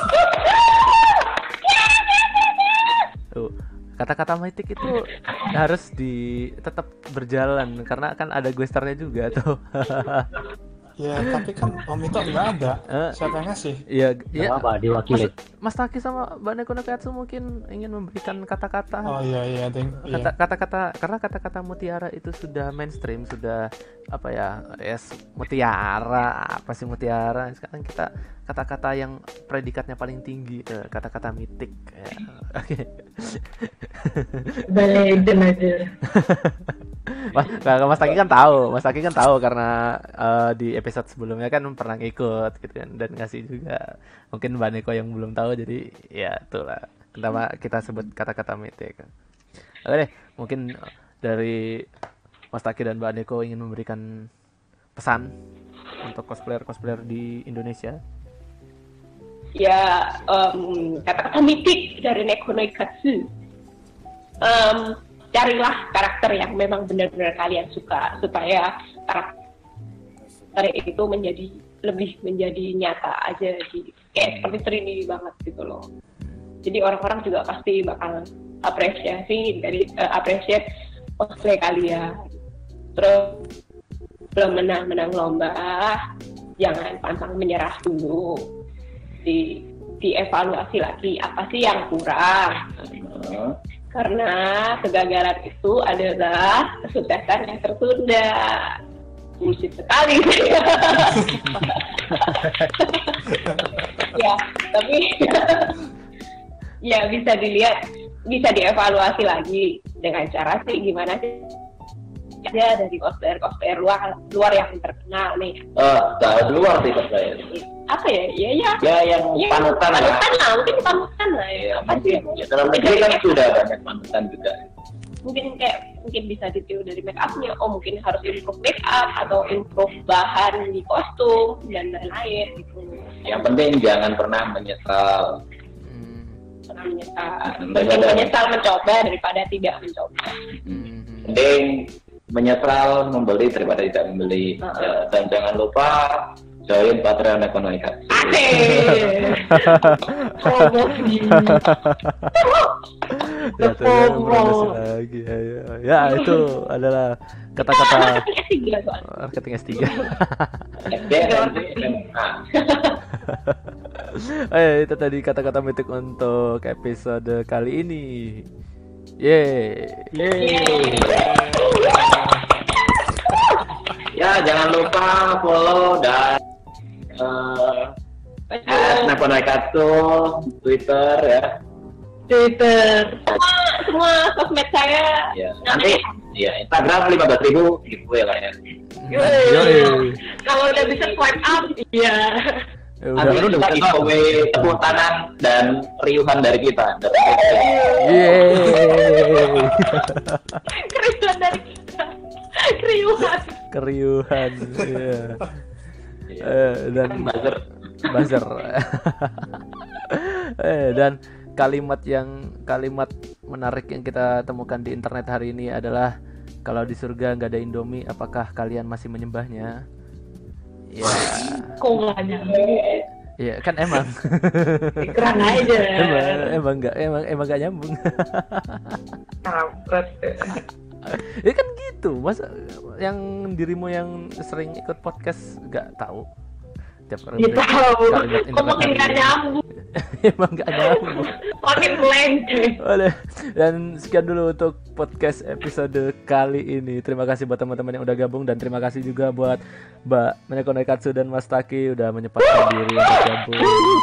Speaker 13: Tuh, kata-kata mitik itu harus di tetap berjalan karena kan ada gue starnya juga tuh.
Speaker 12: Ya, tapi kan Omito nggak ada. Uh, Siapa yang ngasih?
Speaker 13: Iya,
Speaker 8: ya. Apa diwakili?
Speaker 13: Mas, Mas Taki sama Mbak Neko Nakatsu mungkin ingin memberikan kata-kata.
Speaker 12: Oh iya iya, ding.
Speaker 13: Kata, kata-kata karena kata-kata mutiara itu sudah mainstream, sudah apa ya? Yes, mutiara, apa sih mutiara? Sekarang kita kata-kata yang predikatnya paling tinggi, kata-kata mitik. Ya. Oke.
Speaker 9: Baladen aja.
Speaker 13: Mas, Mas Taki kan tahu, Mas Taki kan tahu karena uh, di episode sebelumnya kan pernah ngikut gitu kan dan ngasih juga. Mungkin Mbak Neko yang belum tahu jadi ya itulah kenapa kita sebut kata-kata mitik. Oke deh, mungkin dari Mas Taki dan Mbak Neko ingin memberikan pesan untuk cosplayer-cosplayer di Indonesia.
Speaker 4: Ya, um, kata-kata mitik dari Neko Nakatsu. Um, carilah karakter yang memang benar-benar kalian suka supaya karakter itu menjadi lebih menjadi nyata aja di kayak seperti Trini banget gitu loh. Jadi orang-orang juga pasti bakal apresiasi dari uh, appreciate cosplay kalian. Terus belum menang-menang lomba, jangan pantang menyerah dulu. Di dievaluasi lagi apa sih yang kurang. Karena kegagalan itu adalah kesuksesan yang tertunda. Bullshit sekali. Ya, tapi ya bisa dilihat, bisa dievaluasi lagi dengan cara sih gimana sih ya dari cosplayer-cosplayer luar luar yang terkenal nih.
Speaker 5: Oh, dari luar sih cosplayer.
Speaker 4: Apa ya? Ya ya.
Speaker 5: Ya yang ya, panutan lah.
Speaker 4: Panutan lah, mungkin panutan lah ya. Apa sih?
Speaker 5: Ya, dalam negeri kan sudah banyak panutan juga.
Speaker 4: Mungkin kayak mungkin bisa ditiru dari make up-nya. Oh, mungkin harus improve make up atau improve bahan di kostum dan lain-lain gitu.
Speaker 5: Yang penting jangan pernah menyesal.
Speaker 4: Pernah menyesal. Mending menyesal mencoba daripada tidak mencoba.
Speaker 5: Mending menyesal membeli daripada tidak membeli. Uh-uh. Ya, dan jangan lupa join Patreon Neko Nakatsu.
Speaker 4: Asik. Promosi.
Speaker 13: Ya, promosi lagi ya, ya. Ya itu adalah kata-kata marketing S tiga. Eh itu tadi kata-kata mitik untuk episode kali ini. Yeay.
Speaker 5: Yeay. Ya jangan lupa follow dan uh, Neko Nakatsu Twitter ya.
Speaker 4: Twitter. Semua, semua sosmed saya.
Speaker 14: Ya, nanti ya Instagram lima belas ribu giveaway lah ya.
Speaker 4: Yoi. Kalau udah bisa swipe up, iya.
Speaker 13: Ya,
Speaker 14: Nanti lu dapat giveaway tepuk tangan dan riuhan dari kita.
Speaker 13: Yeay.
Speaker 4: Keriuhan dari kita. Keriuhan.
Speaker 13: Keriuhan. Iya. Eh, dan
Speaker 14: buzzer.
Speaker 13: Buzzer. eh, dan kalimat yang kalimat menarik yang kita temukan di internet hari ini adalah kalau di surga nggak ada Indomie, apakah kalian masih menyembahnya? Ya.
Speaker 4: Kok nggak nyambung?
Speaker 13: Iya kan emang.
Speaker 4: Kurang aja.
Speaker 13: emang emang nggak emang emang nggak nyambung.
Speaker 4: Kampret.
Speaker 13: Ya kan gitu, masa yang dirimu yang sering ikut podcast nggak tahu? Tiap orang
Speaker 4: Ya tahu.
Speaker 13: kalimat
Speaker 4: Kok makin nggak nyambung?
Speaker 13: emang nggak nyambung.
Speaker 4: Makin blank.
Speaker 13: Oleh dan sekian dulu untuk podcast episode kali ini. Terima kasih buat teman-teman yang udah gabung dan terima kasih juga buat Mbak Maneko Nekatsu dan Mas Taki udah menyempatkan diri untuk gabung.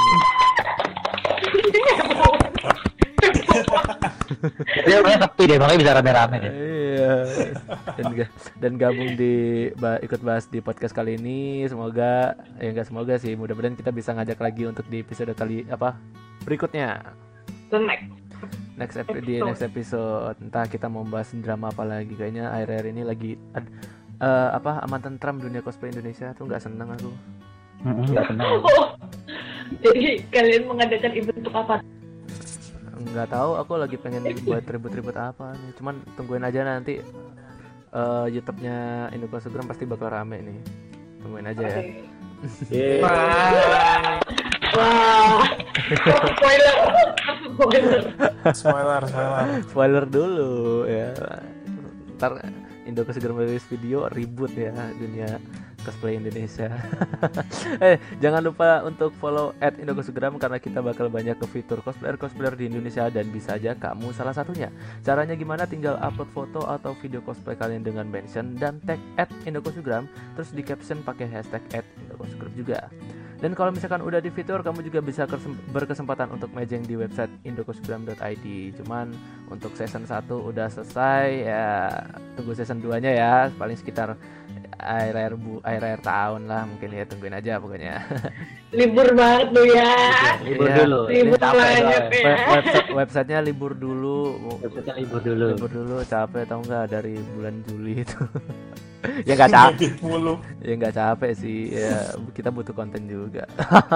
Speaker 8: Dia orangnya sepi deh, makanya bisa rame-rame deh.
Speaker 13: Iya. Dan dan gabung di ikut bahas di podcast kali ini. Semoga ya enggak semoga sih, mudah-mudahan kita bisa ngajak lagi untuk di episode kali apa berikutnya.
Speaker 4: The next.
Speaker 13: Next epi- di next episode entah kita mau bahas drama apa lagi. Kayaknya akhir-akhir ini lagi ad, uh, apa aman tentram dunia cosplay Indonesia tuh nggak seneng aku.
Speaker 8: Nggak seneng.
Speaker 4: Oh. Jadi kalian mengadakan event untuk apa?
Speaker 13: Nggak tahu, aku lagi pengen buat ribut-ribut apa nih. Cuman tungguin aja nanti uh, YouTube-nya Indokosgram pasti bakal rame nih. Tungguin aja ya.
Speaker 7: Yeah.
Speaker 4: Wah. Wah. Spoiler. Spoiler.
Speaker 12: Spoiler, spoiler.
Speaker 13: Spoiler dulu ya. Ntar Indokosgram rilis video ribut ya dunia cosplay Indonesia. eh jangan lupa untuk follow at Indokosgram karena kita bakal banyak ke fitur cosplayer-cosplayer di Indonesia dan bisa aja kamu salah satunya. Caranya gimana? Tinggal upload foto atau video cosplay kalian dengan mention dan tag at Indokosgram, terus di caption pakai hashtag at Indokosgram juga. Dan kalau misalkan udah di fitur, kamu juga bisa berkesempatan untuk mejeng di website indokosgram dot i d. Cuman untuk season satu udah selesai ya, tunggu season dua nya ya, paling sekitar akhir-akhir bu akhir-akhir tahun lah mungkin ya, tungguin aja pokoknya.
Speaker 4: Libur banget lu ya.
Speaker 8: Libur
Speaker 13: ya,
Speaker 8: dulu.
Speaker 4: Libur banget ya.
Speaker 13: Website websitenya libur dulu.
Speaker 8: Websitenya libur dulu.
Speaker 13: Libur dulu, capek tau nggak dari bulan Juli itu. Ya nggak capek. Ya nggak capek sih. Ya kita butuh konten juga.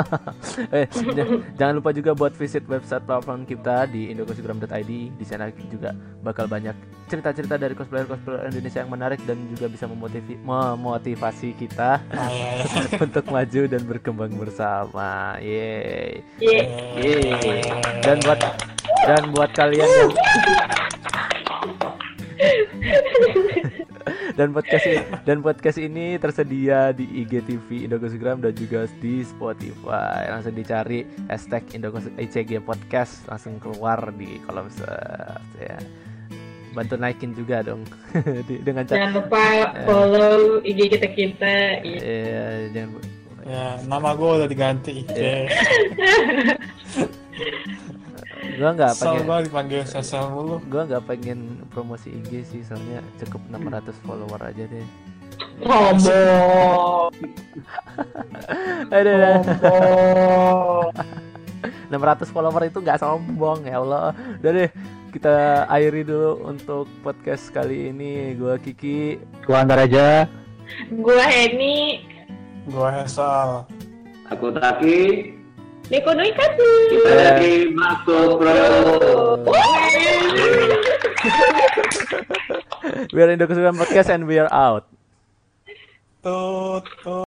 Speaker 13: eh j- jangan lupa juga buat visit website platform kita di indokosgram dot i d. Di sana juga bakal banyak cerita-cerita dari cosplayer-cosplayer Indonesia yang menarik dan juga bisa memotivi- memotivasi kita untuk maju dan berkembang bersama. Yeay. Yeay. Dan buat dan buat kalian yang dan podcast ini, dan podcast ini tersedia di I G T V Indokosgram dan juga di Spotify. Langsung dicari hashtag Indokosgram I C G Podcast, langsung keluar di kolom search ya. Bantu naikin juga dong. di, dengan cara
Speaker 4: Jangan lupa follow I G kita kita.
Speaker 13: Iya, jangan.
Speaker 12: Ya, nama gue udah diganti I G.
Speaker 13: Gua nggak pengen.
Speaker 12: Soalnya dipanggil sesal mulu.
Speaker 13: Gua nggak pengen promosi I G sih, soalnya cukup enam ratus follower aja deh.
Speaker 4: Sombong.
Speaker 13: Aduh.
Speaker 4: Sombong.
Speaker 13: enam ratus follower itu nggak sombong ya Allah. Udah deh, kita akhiri dulu untuk podcast kali ini. Gua Kiki.
Speaker 8: Gua antar aja.
Speaker 4: Gua Heni.
Speaker 12: Gua Hesal.
Speaker 5: Aku Taki.
Speaker 4: Neko no ikatsu.
Speaker 5: Kita lagi masuk bro.
Speaker 13: We are Indokosgram Podcast and we are out.
Speaker 12: Tut, tut.